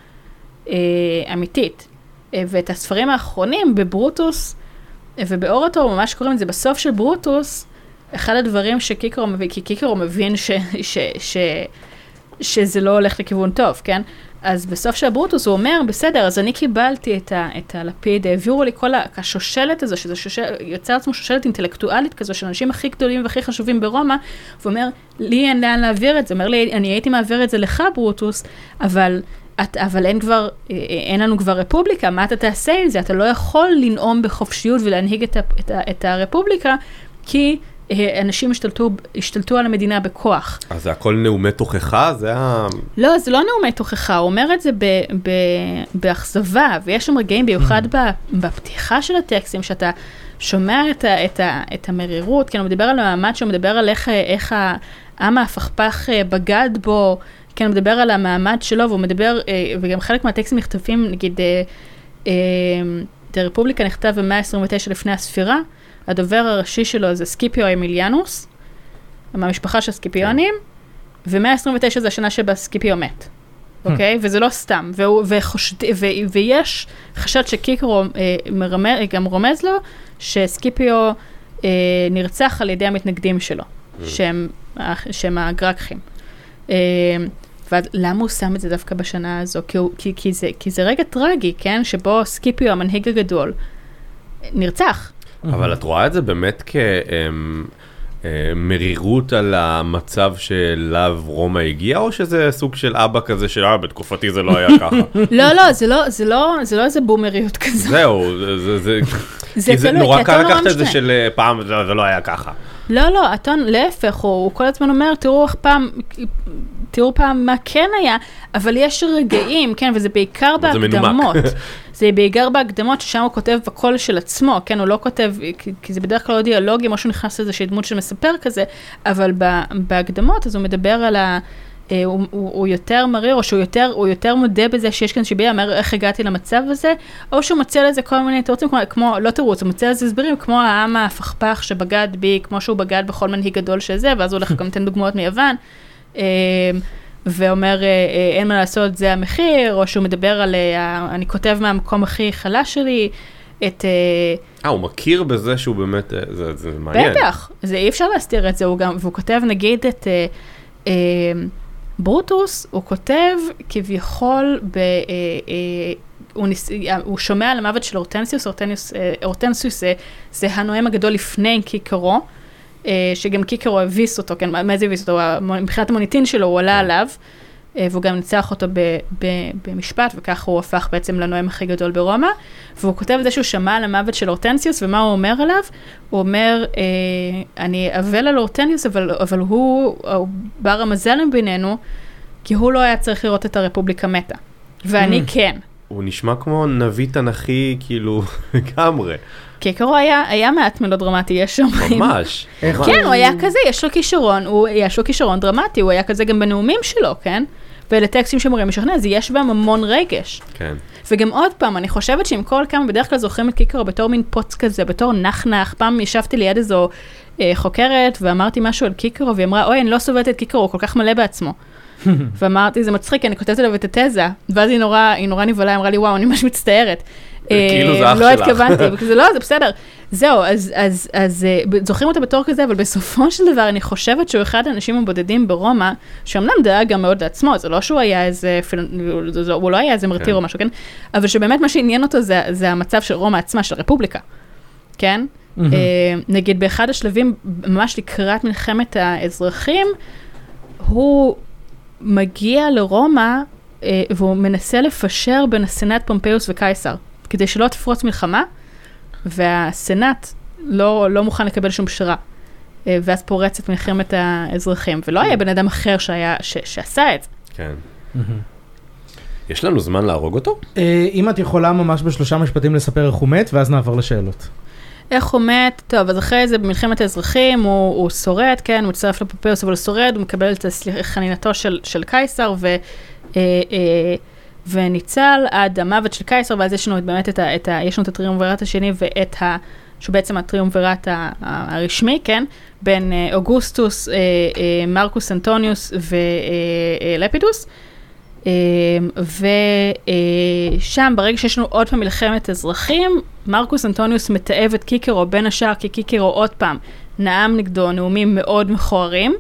אמיתית. ואת הספרים האחרונים בברוטוס ובאורטור, ממש קוראים את זה בסוף של ברוטוס, אחד הדברים שקיקרו מבין, כי קיקרו מבין שזה לא הולך לכיוון טוב, כן? אז בסוף של ברוטוס הוא אומר, בסדר, אז אני קיבלתי את הלפיד, העבירו לי כל השושלת הזו, שזה יוצא עצמו שושלת אינטלקטואלית כזו, של אנשים הכי גדולים והכי חשובים ברומא, והוא אומר, לי אין לאן להעביר את זה, הוא אומר לי, אני הייתי מעביר את זה לך, ברוטוס, אבל אין לנו כבר רפובליקה, מה אתה תעשה עם זה? אתה לא יכול לנאום בחופשיות ולהנהיג את הרפובליקה, כי אנשים השתלטו על המדינה בכוח. אז זה הכל נאומי תוכחה? לא, זה לא נאומי תוכחה, הוא אומר את זה באכזבה, ויש שם רגעים ביוחד בפתיחה של הטקסטים, שאתה שומע את המרירות, כן, הוא מדבר על המעמד שהוא מדבר על איך העם ההפכפך בגד בו, כן, הוא מדבר על המעמד שלו, והוא מדבר, וגם חלק מהטקסטים נכתבים, נגיד, הרפובליקה נכתב ב-129 לפני הספירה, הדובר הראשי שלו זה סקיפיו אמיליאנוס, מהמשפחה של סקיפיונים, ו-129 זה השנה שבה סקיפיו מת, אוקיי? וזה לא סתם, ויש חשד שקיקרו גם רומז לו, שסקיפיו נרצח על ידי המתנגדים שלו, שהם הגרקחים. ולמה הוא שם את זה דווקא בשנה הזו? כי זה רגע טרגי, כן? שבו סקיפיו, המנהיג הגדול, נרצח. אבל את רואה את זה באמת כמרירות על המצב שאליו רומא הגיע, או שזה סוג של אבא כזה של בתקופתי זה לא היה ככה? לא, זה לא איזה בומריות כזו. זה נורא קל לקחת את זה של פעם זה לא היה ככה. לא, הטון להפך, הוא כל הזמן אומר, תראו פעם מה כן היה, אבל יש רגעים, כן, וזה בעיקר בהקדמות. זה בעיקר בהקדמות ששם הוא כותב בקול של עצמו, כן, הוא לא כותב, כי זה בדרך כלל לא דיאלוגים, או שהוא נכנס לאיזושהי דמות שמספר כזה, אבל בהקדמות, אז הוא מדבר על הוא יותר מריר, או שהוא יותר מודה בזה שיש כאן שיביע, אומר איך הגעתי למצב הזה, או שהוא מוצא לזה כל מיני תירוצים, כמו, לא תירוץ, הוא מוצא לזה הסברים, כמו העם ההפכפך שבגד בי, כמו שהוא בגד בכל מנהיג גדול שזה, ואז הוא הולך גם לתת דוגמאות מיוון, ואומר, אין מה לעשות, זה המחיר, או שהוא מדבר על, אני כותב מהמקום הכי חלש שלי, הוא מכיר בזה שהוא באמת, זה מעניין. בטח, זה אי אפשר להסתיר את זה, והוא כותב נגיד את ברוטוס, הוא כותב כביכול, הוא שומע על המוות של אורטנסיוס, זה הנואם הגדול לפני קיקרו, שגם קיקרו הביס אותו, כן, מה זה הביס אותו? מבחינת המוניטין שלו הוא עלה עליו, והוא גם ניצח אותו במשפט, וכך הוא הפך בעצם לנואם הכי גדול ברומא, והוא כותב את זה שהוא שמע על המוות של אורטנסיוס, ומה הוא אומר עליו? הוא אומר, אני אבל על אורטנסיוס, אבל הוא בר המזל בינינו, כי הוא לא היה צריך לראות את הרפובליקה מתה, ואני כן. הוא נשמע כמו נביא תנכי, כאילו, לגמרי. קיקרו היה מעט מלודרמטי, יש שם. ממש. כן, הוא היה כזה, יש לו כישרון דרמטי, הוא היה כזה גם בנאומים שלו, כן? ולטקסטים שמורים משכנע, אז יש בהם המון רגש. כן. וגם עוד פעם, אני חושבת שעם כל כמה, בדרך כלל זוכרים את קיקרו בתור מין פוץ כזה, בתור נחנך, פעם ישבתי ליד איזו חוקרת, ואמרתי משהו על קיקרו, והיא אמרה, אוי, אני לא סובלת את קיקרו, הוא כל כך מלא בעצמו. ואמרתי, זה מצחיק, אני כותבת עליו את התזה, ואז היא נורא נבלה, אמרה לי, וואו, אני ממש מצטערת. כאילו זה אח שלך. לא התכוונתי, זה בסדר. זהו, אז זוכרים אותה בתור כזה, אבל בסופו של דבר אני חושבת שהוא אחד האנשים הבודדים ברומא, שאומנם דאג גם מאוד לעצמו, זה לא שהוא היה איזה, הוא לא היה איזה מרתיר או משהו, כן? אבל שבאמת מה שעניין אותו זה המצב של רומא עצמה, של הרפובליקה, כן? נגיד באחד השלבים, ממש לקראת מלחמת האזרחים, הוא מגיע לרומא, והוא מנסה לפשר בין הסנאט פומפיוס וקייסר, כדי שלא תפרוץ מלחמה, והסנאט לא מוכן לקבל שום פשרה, ואז פורצת מלחמת האזרחים, ולא היה בן אדם אחר שעשה את זה. כן. יש לנו זמן להרוג אותו? אם את יכולה ממש ב3 משפטים לספר איך הוא מת, ואז נעבור לשאלות. איך הוא מת? טוב, אז אחרי זה במלחמת האזרחים הוא שורד, כן, הוא מצטרף לפומפיוס, אבל הוא שורד, הוא מקבל את חנינתו של קייסר, וניצל עד המוות של קייסר, ואז יש לנו באמת יש לנו את הטריומווירט השני, שהוא בעצם הטריומווירט הרשמי, כן, בין אוגוסטוס, מרקוס אנטוניוס ולפידוס, ושם ברגע שיש לנו עוד פעם מלחמת אזרחים, מרקוס אנטוניוס מתאב את קיקרו בין השאר, כי קיקרו עוד פעם נאם נגדו נאומים מאוד מכוערים,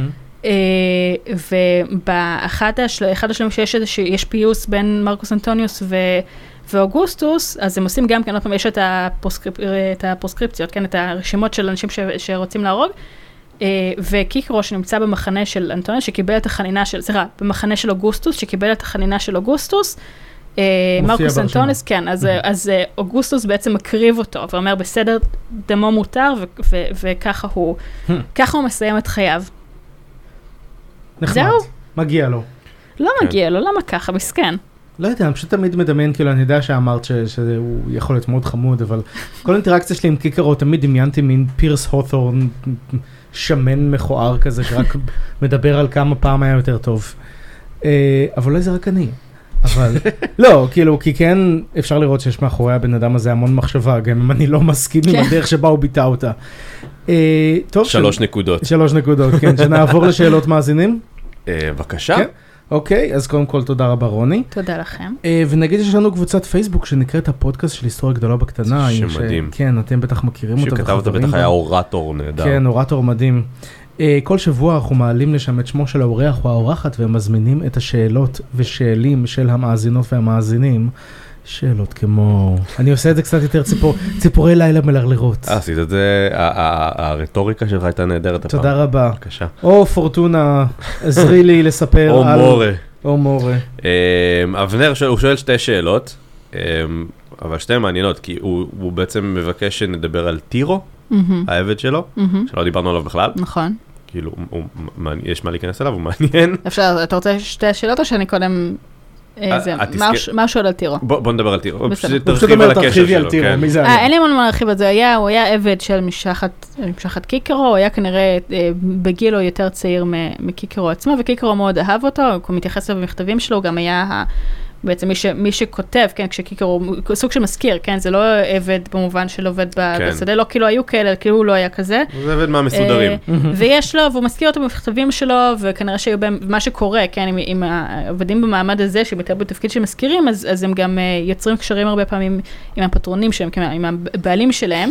ובאחד השלבים שיש פיוס בין מרקוס אנטוניוס ואוגוסטוס, אז הם עושים גם כן, עוד פעם יש את הפרוסקריפציות, כן, את הרשימות של אנשים שרוצים להרוג, וקיקרו שנמצא במחנה של אנטוניוס, שקיבל את החנינה של, במחנה של אוגוסטוס, שקיבל את החנינה של אוגוסטוס, מרקוס אנטוניס, כן, אז אוגוסטוס בעצם מקריב אותו, ואומר, בסדר, דמו מותר, וככה הוא מסיים את חייו. נחמד, מגיע לו. לא מגיע לו, למה ככה, מסכן. לא יודע, אני פשוט תמיד מדמיין, כאילו, אני יודע שאמרת שהוא יכול להיות מאוד חמוד, אבל כל אינטראקציה שלי עם קיקרו, תמיד דמיינתי מין פירס הות'ורן, שמן מכוער כזה, שרק מדבר על כמה פעם היה יותר טוב. אבל אולי זה רק אני. אבל, לא, כאילו, כי כן אפשר לראות שיש מאחורי הבן אדם הזה המון מחשבה, גם אם אני לא מסכים עם הדרך שבה הוא ביטא אותה. 3 נקודות. 3 נקודות, כן, שנעבור לשאלות מאזינים. בבקשה. אוקיי, אז קודם כל תודה רבה רוני. תודה לכם. ונגיד יש לנו קבוצת פייסבוק שנקראת הפודקאסט של היסטוריה גדולה בקטנה. שמדהים. כן, אתם בטח מכירים אותה. שכתב אותה בטח היה אורטור נהדר. כן, אורטור מדהים. כל שבוע אנחנו מעלים לשם את שמו של האורח או האורחת ומזמינים את השאלות ושאלים של המאזינות והמאזינים. שאלות כמו, אני עושה את זה קצת יותר ציפורי לילה מלרלרות. עשית את זה, הרטוריקה שלך הייתה נהדרת. תודה רבה. בבקשה. או פורטונה, עזרי לי לספר או על... מורה. או מורה. אבנר, הוא שואל 2 שאלות, אבל 2 מעניינות, כי הוא בעצם מבקש שנדבר על טירו, העבד שלו, שלא דיברנו עליו בכלל. נכון. כאילו, יש מה להיכנס אליו, הוא מעניין. אפשר, אתה רוצה 2 שאלות או שאני קודם... מה שואל על טירו? בוא נדבר על טירו. הוא פשוט אומר תרחיבי על טירו, מי זה היה? אין לי מה להרחיב על זה, הוא היה עבד של משפחת קיקרו, הוא היה כנראה בגילו יותר צעיר מקיקרו עצמו, וקיקרו מאוד אהב אותו, הוא מתייחס לו במכתבים שלו, הוא גם היה בעצם מי שכותב, כן, כשקיקרו, סוג של מזכיר, כן, זה לא עבד במובן של עובד בשדה, לא כאילו היו כאלה, כאילו הוא לא היה כזה. זה עבד מהמסודרים. ויש לו, והוא מזכיר אותו במכתבים שלו, וכנראה שהיו בהם, מה שקורה, כן, עם העובדים במעמד הזה, שבתר בתפקיד שמזכירים, אז הם גם יוצרים קשרים הרבה פעמים עם הפטרונים שלהם, עם הבעלים שלהם,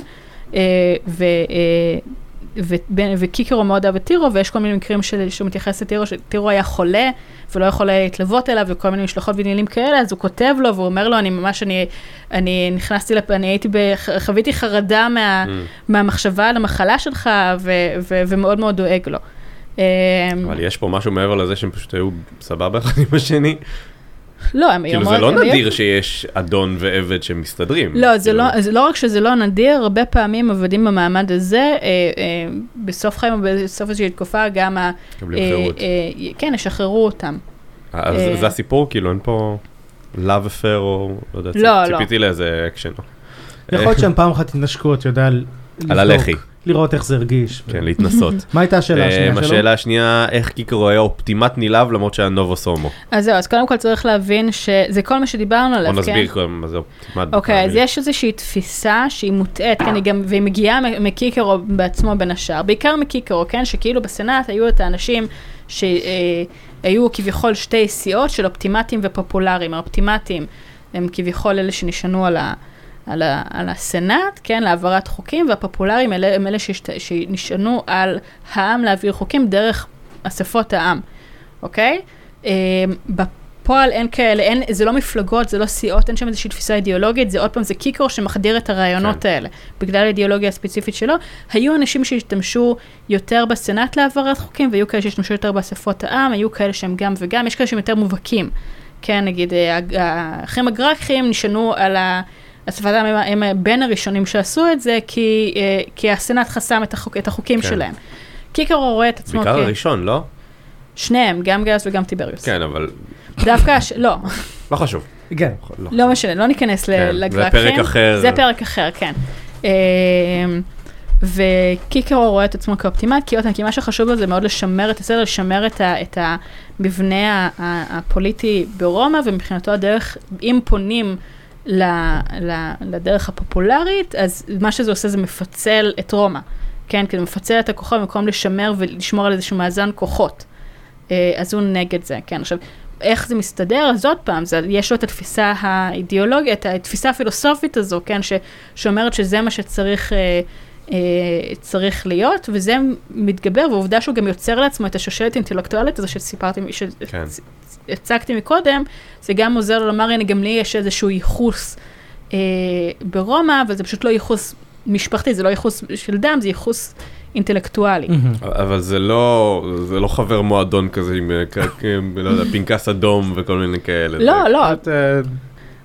וקיקרו מאוד אהב את טירו, ויש כל מיני מקרים שהוא מתייחס לטירו, שטירו היה חולה, ולא יכול להתלוות אליו, וכל מיני משלחות ועניינים כאלה, אז הוא כותב לו, והוא אומר לו, אני נכנסתי, אני חוויתי חרדה מהמחשבה על המחלה שלך, ומאוד מאוד דואג לו. אבל יש פה משהו מעבר לזה, שהם פשוט היו סבבה אחד עם השני. לא, הם כאילו זה לא נדיר שיש אדון ועבד שמסתדרים. לא, זה לא רק שזה לא נדיר, הרבה פעמים עבדים במעמד הזה, בסוף חיים או בסוף איזושהי תקופה, גם כן, ישחררו אותם. אז זה הסיפור, כאילו אין פה love affair או, לא יודע, ציפיתי לאיזה אקשן. יכול להיות שהם פעם אחת התנשקו, אתה יודע, על הלחי. לראות איך זה הרגיש. כן, להתנסות. מה הייתה השאלה השנייה שלו? השאלה השנייה, איך קיקרו היה אופטימט נילב, למרות שהיה נובוס הומו. אז זהו, אז קודם כל צריך להבין שזה כל מה שדיברנו עליו, כן? בוא נסביר מה זה אופטימט. אוקיי, אז יש איזושהי תפיסה שהיא מוטעת, כן, והיא מגיעה מקיקרו בעצמו בין השאר, בעיקר מקיקרו, כן, שכאילו בסנאט היו את האנשים שהיו כביכול 2 סיעות של אופטימטים ופופולריים. האופטימטים הם כביכול אלה שנשענו על הסנאט, כן, להעברת חוקים, והפופולריים הם אלה שנשענו על העם להעביר חוקים דרך אספות העם, אוקיי? בפועל אין כאלה, זה לא מפלגות, זה לא סיעות, אין שם איזושהי תפיסה אידיאולוגית, זה עוד פעם, זה קיקרו שמחדיר את הרעיונות האלה, בגלל האידיאולוגיה הספציפית שלו. היו אנשים שהשתמשו יותר בסנאט להעברת חוקים, והיו כאלה שהשתמשו יותר באספות העם, היו כאלה שהם גם וגם, יש כאלה שהם יותר מובהקים, כן, נגיד, האחים הגרקים נשענו על אספת העם הם בין הראשונים שעשו את זה, כי הסנאט חסם את החוקים שלהם. קיקרו רואה את עצמו בעיקר הראשון, לא? שניהם, גם גאיוס וגם טיבריוס. כן, אבל... דווקא, לא. לא חשוב. כן. לא משנה, לא ניכנס לגרקים. זה פרק אחר. זה פרק אחר, כן. וקיקרו רואה את עצמו כאופטימט, כי מה שחשוב לו זה מאוד לשמר את הסדר, לשמר את המבנה הפוליטי ברומא, ומבחינתו הדרך, אם פונים לדרך הפופולרית, אז מה שזה עושה זה מפצל את רומא, כן? כי זה מפצל את הכוחות במקום לשמר ולשמור על איזשהו מאזן כוחות. אז הוא נגד זה, כן? עכשיו, איך זה מסתדר? אז עוד פעם, יש לו את התפיסה האידיאולוגית, את התפיסה הפילוסופית הזו, כן? שאומרת שזה מה שצריך צריך להיות, וזה מתגבר, והעובדה שהוא גם יוצר לעצמו את השושלת האינטלקטואלית הזו שסיפרתי, שהצגתי מקודם, זה גם עוזר לו לומר, הנה גם לי יש איזשהו ייחוס ברומא, אבל זה פשוט לא ייחוס משפחתי, זה לא ייחוס של דם, זה ייחוס אינטלקטואלי. אבל זה לא חבר מועדון כזה עם פנקס אדום וכל מיני כאלה. לא, לא.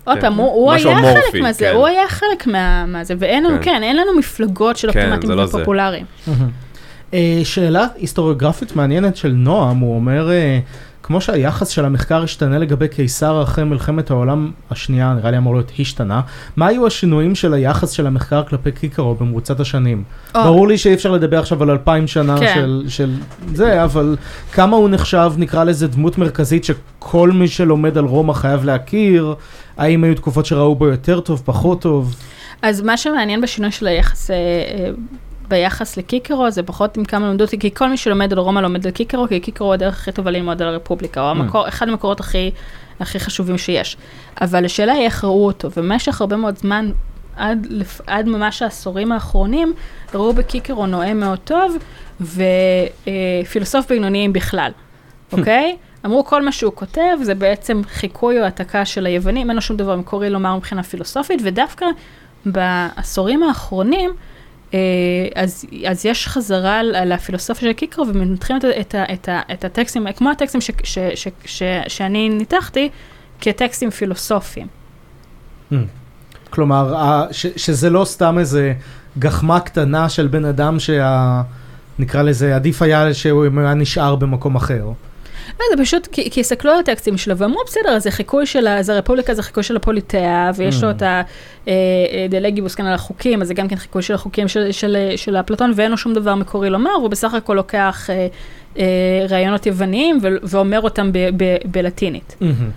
עוד פעם, הוא היה חלק מהזה, הוא היה חלק מהזה, ואין לנו, כן, אין לנו מפלגות של אופטימטים ופופולריים. שאלה היסטוריוגרפית מעניינת של נועם, הוא אומר, כמו שהיחס של המחקר השתנה לגבי קיסר אחרי מלחמת העולם השנייה, נראה לי אמור להיות השתנה, מה היו השינויים של היחס של המחקר כלפי קיקרו במרוצת השנים? ברור לי שאי אפשר לדבר עכשיו על 2000 שנה של זה, אבל כמה הוא נחשב, נקרא לזה דמות מרכזית שכל מי שלומד על רומא חייב להכיר, האם היו תקופות שראו בו יותר טוב, פחות טוב? אז מה שמעניין בשינוי של היחס ביחס לקיקרו, זה פחות עם כמה למדו אותי, כי כל מי שלומד על רומא לומד על קיקרו, כי קיקרו הוא הדרך הכי טובה ללמוד על הרפובליקה, או אחד המקורות הכי חשובים שיש. אבל השאלה היא איך ראו אותו, ובמשך הרבה מאוד זמן, עד ממש העשורים האחרונים, ראו בקיקרו נואם מאוד טוב, ופילוסוף בינוניים בכלל, אוקיי? אמרו כל מה שהוא כותב, זה בעצם חיקוי או העתקה של היוונים, אין לו שום דבר מקורי לומר מבחינה פילוסופית, ודווקא בעשורים האחרונים, אז יש חזרה על הפילוסופיה של קיקרו, ומנתחים את הטקסטים, כמו הטקסטים שאני ניתחתי, כטקסטים פילוסופיים. כלומר, שזה לא סתם איזה גחמה קטנה של בן אדם נקרא לזה, עדיף היה שהוא היה נשאר במקום אחר. זה פשוט, כי הסתכלו על הטקסטים שלו, ואמרו, בסדר, זה חיקוי של, אז הרפובליקה זה חיקוי של הפוליטאה, ויש לו את הדלגיבוס כאן על החוקים, אז זה גם כן חיקוי של החוקים של אפלטון, ואין לו שום דבר מקורי לומר, הוא בסך הכל לוקח רעיונות יווניים, ואומר אותם בלטינית.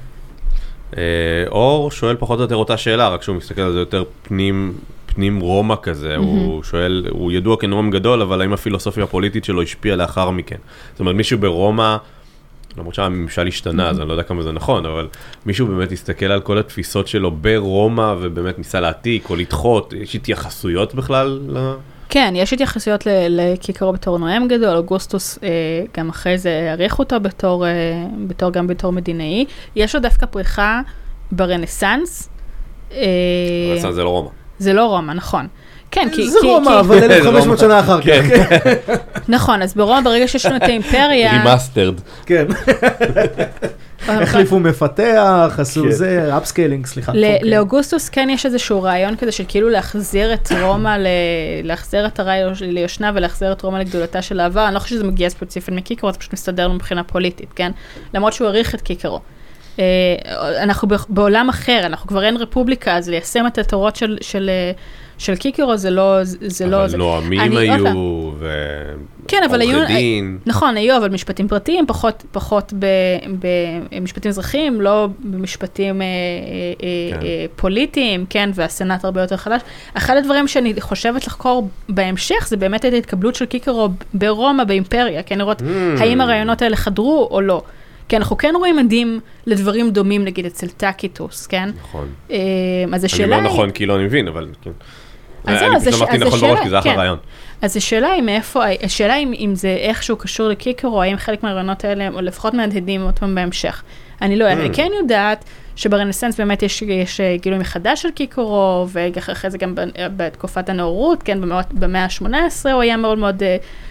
אור שואל פחות או יותר אותה שאלה, רק שהוא מסתכל על זה יותר פנים רומא כזה, הוא שואל, הוא ידוע כנועם גדול, אבל האם הפילוסופיה הפוליטית שלו השפיעה לאחר מכן? זאת אומרת, מישהו ברומא, למרות שהממשל השתנה, אז אני לא יודע כמה זה נכון, אבל מישהו באמת הסתכל על כל התפיסות שלו ברומא, ובאמת ניסה להעתיק או לדחות, יש התייחסויות בכלל? כן, יש התייחסויות לקיקרו בתור נואם גדול, אוגוסטוס גם אחרי זה העריך אותו גם בתור מדינאי. יש לו דווקא פריחה ברנסנס. הרנסנס זה לא רומא. זה לא רומא, נכון. כן, זה רומא, אבל 1500 שנה אחר כך. נכון, אז ברומא ברגע שיש לנו את האימפריה... רימאסטרד. כן. החליפו מפתח, עשו זה, אפסקיילינג, סליחה. לאוגוסטוס כן יש איזשהו רעיון כזה של כאילו להחזיר את רומא, להחזיר את הרעיון ליושנה ולהחזיר את רומא לגדולתה של העבר. אני לא חושב שזה מגיע ספציפית מקיקרו, זה פשוט מסתדר לנו מבחינה פוליטית, כן? למרות שהוא עריך את קיקרו. אנחנו בעולם אחר, אנחנו כבר אין רפובליקה, אז ליישם את התורות של קיקרו זה לא... אבל נועמים היו, ועורכי דין. נכון, היו, אבל משפטים פרטיים, פחות במשפטים אזרחיים, לא במשפטים פוליטיים, כן, והסנאט הרבה יותר חדש. אחד הדברים שאני חושבת לחקור בהמשך, זה באמת את ההתקבלות של קיקרו ברומא, באימפריה, כן, לראות האם הרעיונות האלה חדרו או לא. כי אנחנו כן רואים עדים לדברים דומים, נגיד, אצל טקיטוס, כן? נכון. אז השאלה היא... אני לא נכון, כי לא מבין, אבל... אז אמרתי נכון בראש, כי זה אחלה רעיון. אז השאלה היא מאיפה, השאלה אם זה איכשהו קשור לקיקרו, האם חלק מהרעיונות האלה, או לפחות מהדהדים אותם בהמשך. אני לא, אני כן יודעת שברנסנס באמת יש גילוי מחדש של קיקרו, ואחרי זה גם בתקופת הנאורות, כן, במאה ה-18 הוא היה מאוד מאוד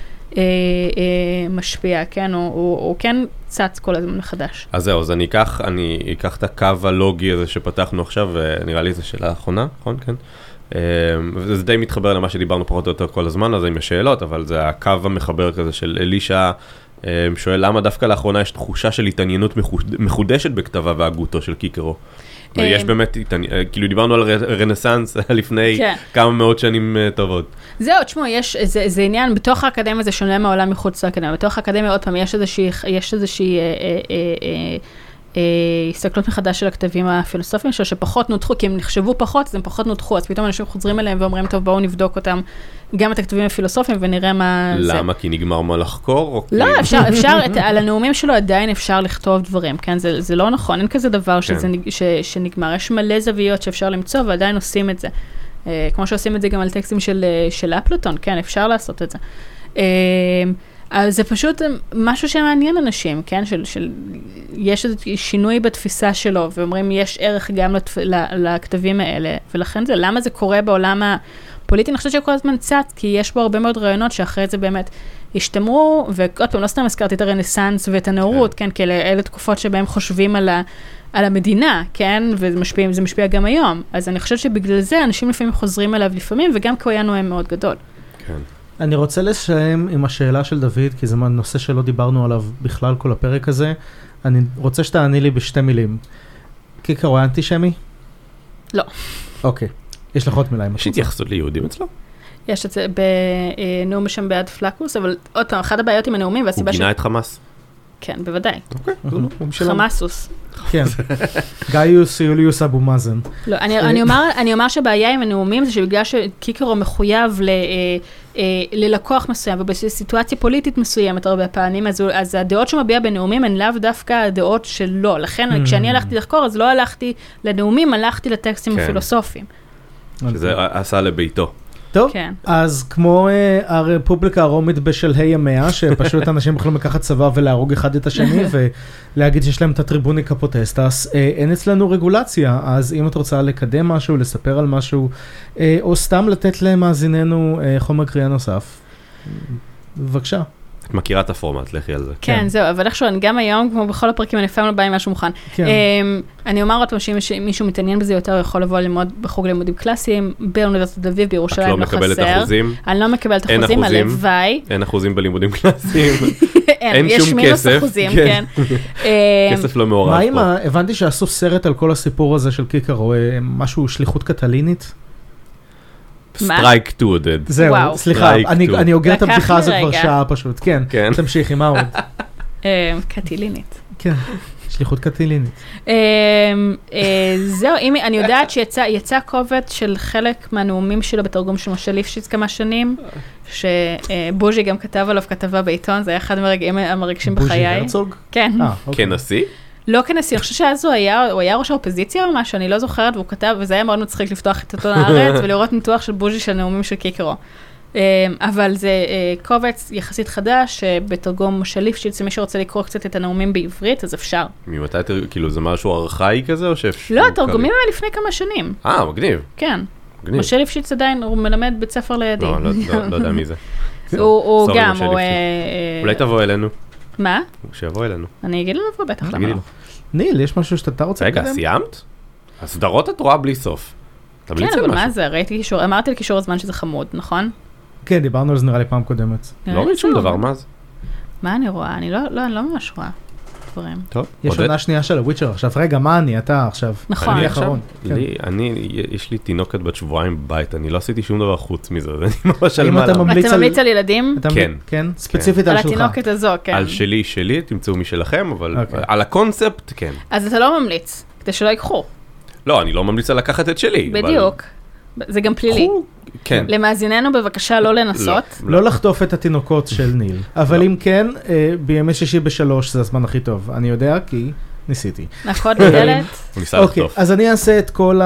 משפיע, כן, הוא כן צץ כל הזמן מחדש. אז זהו, אז אני אקח את הקו הלוגי הזה שפתחנו עכשיו, ונראה לי זו שאלה האחרונה, נכון? כן. וזה די מתחבר למה שדיברנו פחות או יותר כל הזמן, אז עם השאלות, אבל זה הקו המחבר כזה של אלישה, שואל למה דווקא לאחרונה יש תחושה של התעניינות מחודשת בכתבה והגותו של קיקרו. ויש באמת, כאילו דיברנו על רנסנס לפני כמה מאות שנים טובות. זהו, תשמעו, זה עניין, בתוך האקדמיה זה שונה מהעולם מחוץ לאקדמיה, בתוך האקדמיה עוד פעם יש איזושהי הסתכלות מחדש של הכתבים הפילוסופיים שלו, שפחות נותחו, כי הם נחשבו פחות, אז הם פחות נותחו, אז פתאום אנשים חוזרים אליהם ואומרים, טוב, בואו נבדוק אותם, גם את הכתבים הפילוסופיים, ונראה מה זה. למה? כי נגמר מה לחקור? לא, אפשר, על הנאומים שלו עדיין אפשר לכתוב דברים, כן? זה לא נכון, אין כזה דבר שנגמר. יש מלא זוויות שאפשר למצוא, ועדיין עושים את זה. כמו שעושים את זה גם על טקסטים של אפלטון, כן, אפשר לעשות את זה. אז זה פשוט משהו שמעניין אנשים, כן? יש שינוי בתפיסה שלו, ואומרים, יש ערך גם לכתבים האלה, ולכן זה, למה זה קורה פוליטי, אני חושבת שכל הזמן צץ, כי יש בו הרבה מאוד רעיונות שאחרי זה באמת השתמרו, ועוד פעם, לא סתם הזכרתי את הרנסנס ואת הנאורות, כן, כי אלה תקופות שבהם חושבים על המדינה, כן, וזה משפיע גם היום. אז אני חושבת שבגלל זה אנשים לפעמים חוזרים אליו לפעמים, וגם כי הוא היה נואם מאוד גדול. כן. אני רוצה לסיים עם השאלה של דוד, כי זה נושא שלא דיברנו עליו בכלל כל הפרק הזה. אני רוצה שתעני לי בשתי מילים. קיקרו היה אנטישמי? לא. אוקיי. יש לך עוד מילה. יש התייחסות ליהודים אצלו? יש את זה בנאום בשם בעד פלקוס, אבל עוד פעם, אחת הבעיות עם הנאומים, והסיבה הוא גינה את חמאס? כן, בוודאי. אוקיי. חמאסוס. כן. גאיוס יוליוס אבו מאזן. לא, אני אומר שבעיה עם הנאומים זה שבגלל שקיקרו מחויב ללקוח מסוים, ובסיטואציה פוליטית מסוימת הרבה פעמים, אז הדעות שמביע בנאומים הן לאו דווקא הדעות שלו. לכן, כשאני הלכתי לחקור, אז לא הלכתי לנאומים, הלכתי לטקסטים הפילוסופיים. שזה עשה לביתו. טוב, כן. אז כמו הרפובליקה הרומית בשלהי ימיה, שפשוט אנשים יכולים לקחת צבא ולהרוג אחד את השני, ולהגיד שיש להם את הטריבוניקה פוטסטס, אין אצלנו רגולציה, אז אם את רוצה לקדם משהו, לספר על משהו, או סתם לתת למאזיננו חומר קריאה נוסף, בבקשה. את מכירה את הפורמט, לכי על זה. כן, זהו, אבל איכשהו, גם היום, כמו בכל הפרקים, אני לפעמים לא באה עם משהו מוכן. אני אומר עוד פעם, שאם מישהו מתעניין בזה יותר, יכול לבוא ללמוד בחוג לימודים קלאסיים, באוניברסיטת תל אביב, בירושלים, לא חסר. את לא מקבלת אחוזים? אני לא מקבלת אחוזים, הלוואי. אין אחוזים בלימודים קלאסיים. אין יש שום מינוס כסף. אחוזים, כן. כסף לא מעורב פה. מה עם הבנתי שעשו סרט על כל הסיפור הזה של קיקרו, משהו שליחות קטלינית? סטרייק טו עודד. זהו, סליחה, אני אוגר את הבדיחה הזו כבר שעה פשוט, כן, תמשיכי, מה עוד? קטילינית. כן, שליחות קטילינית. זהו, אני יודעת שיצא קובץ של חלק מהנאומים שלו בתרגום של משה ליפשיץ כמה שנים, שבוז'י גם כתב עליו כתבה בעיתון, זה היה אחד מהרגעים המרגשים בחיי. בוז'י הרצוג? כן. כנשיא? לא כנשיא, אני חושבת שאז הוא היה ראש האופוזיציה או משהו, אני לא זוכרת, והוא כתב, וזה היה מאוד מצחיק לפתוח את עיתון הארץ, ולראות ניתוח של בוז'י של נאומים של קיקרו. אבל זה קובץ יחסית חדש, בתרגום של ליפשיץ, מי שרוצה לקרוא קצת את הנאומים בעברית, אז אפשר. ממתי, כאילו, זה משהו ארכאי כזה, או שאפשר? לא, התרגומים הם לפני כמה שנים. מגניב. כן. משה ליפשיץ עדיין, הוא מלמד בית ספר לידי. לא יודע מי זה. הוא גם, אולי תבוא אלינו. מה? שיבוא אלינו. אני אגיד לו לבוא בטח, למה לא? ניל, יש משהו שאתה רוצה לקדם? רגע, סיימת? הסדרות את רואה בלי סוף. כן, אבל מה זה? ראיתי קישור, אמרתי לקישור הזמן שזה חמוד, נכון? כן, דיברנו על זה נראה לי פעם קודמת. לא ראית שום דבר, מה זה? מה אני רואה? אני לא ממש רואה דברים. טוב, יש עונה שנייה של הוויצ'ר עכשיו. רגע, מה אתה עכשיו? נכון. אני האחרון. יש לי תינוקת בת שבועיים בבית, אני לא עשיתי שום דבר חוץ מזה, אני ממש על מעלה. אתה ממליץ על ילדים? כן. כן? ספציפית על שלך. על התינוקת הזו, כן. על שלי, תמצאו משלכם, אבל על הקונספט, כן. אז אתה לא ממליץ, כדי שלא ייקחו. לא, אני לא ממליץ על לקחת את שלי. בדיוק. זה גם פלילי. כן. למאזיננו בבקשה לא לנסות. לא לחטוף את התינוקות של ניל. אבל אם כן, בימי שישי ב3 זה הזמן הכי טוב. אני יודע כי ניסיתי. נקוד בדלת. הוא ניסה לחטוף. אז אני אעשה את כל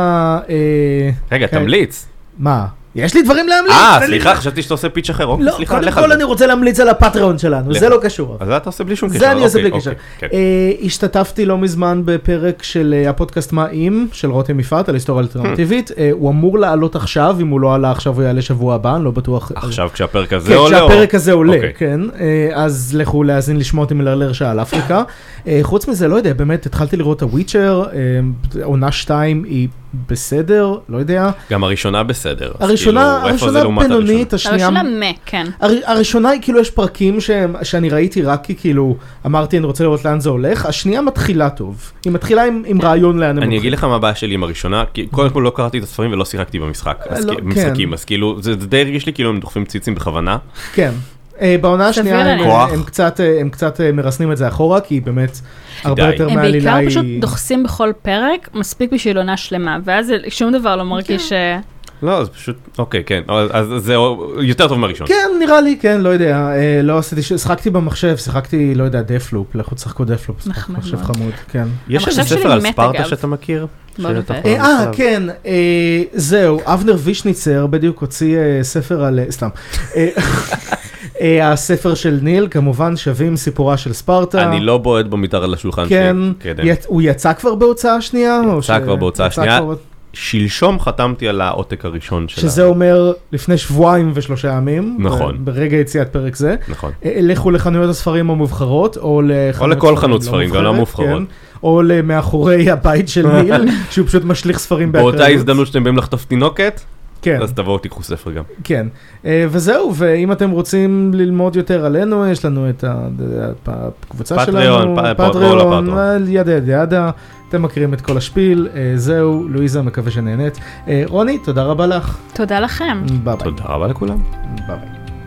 רגע, תמליץ. מה? יש לי דברים להמליץ. סליחה, חשבתי שאתה עושה פיץ' אחר. לא, קודם כל אני רוצה להמליץ על הפטריון שלנו, זה לא קשור. אז אתה עושה בלי שום קשר. זה אני עושה בלי קשר. השתתפתי לא מזמן בפרק של הפודקאסט מה אם, של רותם יפעת, על היסטוריה אלטרנטיבית. הוא אמור לעלות עכשיו, אם הוא לא עלה עכשיו הוא יעלה שבוע הבא, אני לא בטוח. עכשיו כשהפרק הזה עולה? כן, כשהפרק הזה עולה, כן. אז לכו להאזין לשמוע אותי מלרלר שעה על אפריקה. חוץ מזה, לא יודע, באמת התחלתי לראות הוויצ'ר, עונה 2 היא בסדר, לא יודע. גם הראשונה בסדר. הראשונה בינונית, השנייה... הראשונה כן. הראשונה היא כאילו יש פרקים שאני ראיתי רק כי כאילו אמרתי אני רוצה לראות לאן זה הולך, השנייה מתחילה טוב. היא מתחילה עם רעיון לאן הם הולכים. אני אגיד לך מה הבעיה שלי עם הראשונה, כי קודם כל לא קראתי את הספרים ולא שיחקתי במשחקים, אז כאילו זה די הרגיש לי כאילו הם דוחפים ציצים בכוונה. כן. בעונה השנייה הם קצת מרסנים את זה אחורה, כי באמת הרבה יותר מהעלילה היא... הם בעיקר פשוט דוחסים בכל פרק, מספיק בשביל עונה שלמה, ואז שום דבר לא מרגיש... לא, זה פשוט, אוקיי, כן, אז זה יותר טוב מהראשון. כן, נראה לי, כן, לא יודע, לא עשיתי, שחקתי במחשב, שיחקתי, לא יודע, דפלופ, לכו תשחקו דפלופ, מחשב חמוד, כן. יש איזה ספר על ספרטה שאתה מכיר? כן, זהו, אבנר וישניצר בדיוק הוציא ספר על, סתם, הספר של ניל, כמובן שווים סיפורה של ספרטה. אני לא בועד בו מתחת לשולחן. כן, הוא יצא כבר בהוצאה שנייה? יצא כבר בהוצאה שנייה. שלשום חתמתי על העותק הראשון שלה. שזה אומר לפני 2.3 ימים. נכון. ברגע יציאת פרק זה. נכון. לכו לחנויות הספרים המובחרות, או לכל חנות ספרים, גם לא מובחרות. או למאחורי הבית של ניל, שהוא פשוט משליך ספרים באקראיות. באותה הזדמנות שאתם באים לחטוף תינוקת, כן. אז תבואו תיקחו ספר גם. כן, וזהו, ואם אתם רוצים ללמוד יותר עלינו, יש לנו את הקבוצה שלנו, פטריון, ידה, אתם מכירים את כל השפיל, זהו, לואיזה, מקווה שנהנית. רוני, תודה רבה לך. תודה לכם. ביי ביי. תודה רבה לכולם. ביי ביי.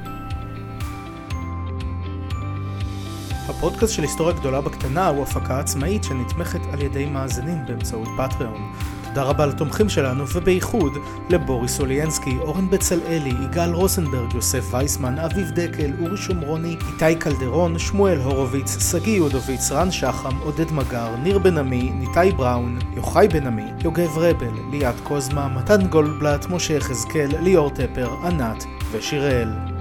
הפודקאסט של היסטוריה גדולה בקטנה הוא הפקה עצמאית שנתמכת על ידי מאזינים באמצעות פטריון. תודה רבה לתומכים שלנו ובייחוד לבוריס אוליינסקי, אורן בצלאלי, יגאל רוסנברג, יוסף וייסמן, אביב דקל, אורי שומרוני, איתי קלדרון, שמואל הורוביץ, סגי יודוביץ, רן שחם, עודד מגר, ניר בן עמי, ניתי בראון, יוחאי בן עמי, יוגב רבל, ליאת קוזמה, מתן גולדבלט, משה יחזקאל, ליאור טפר, ענת ושיראל.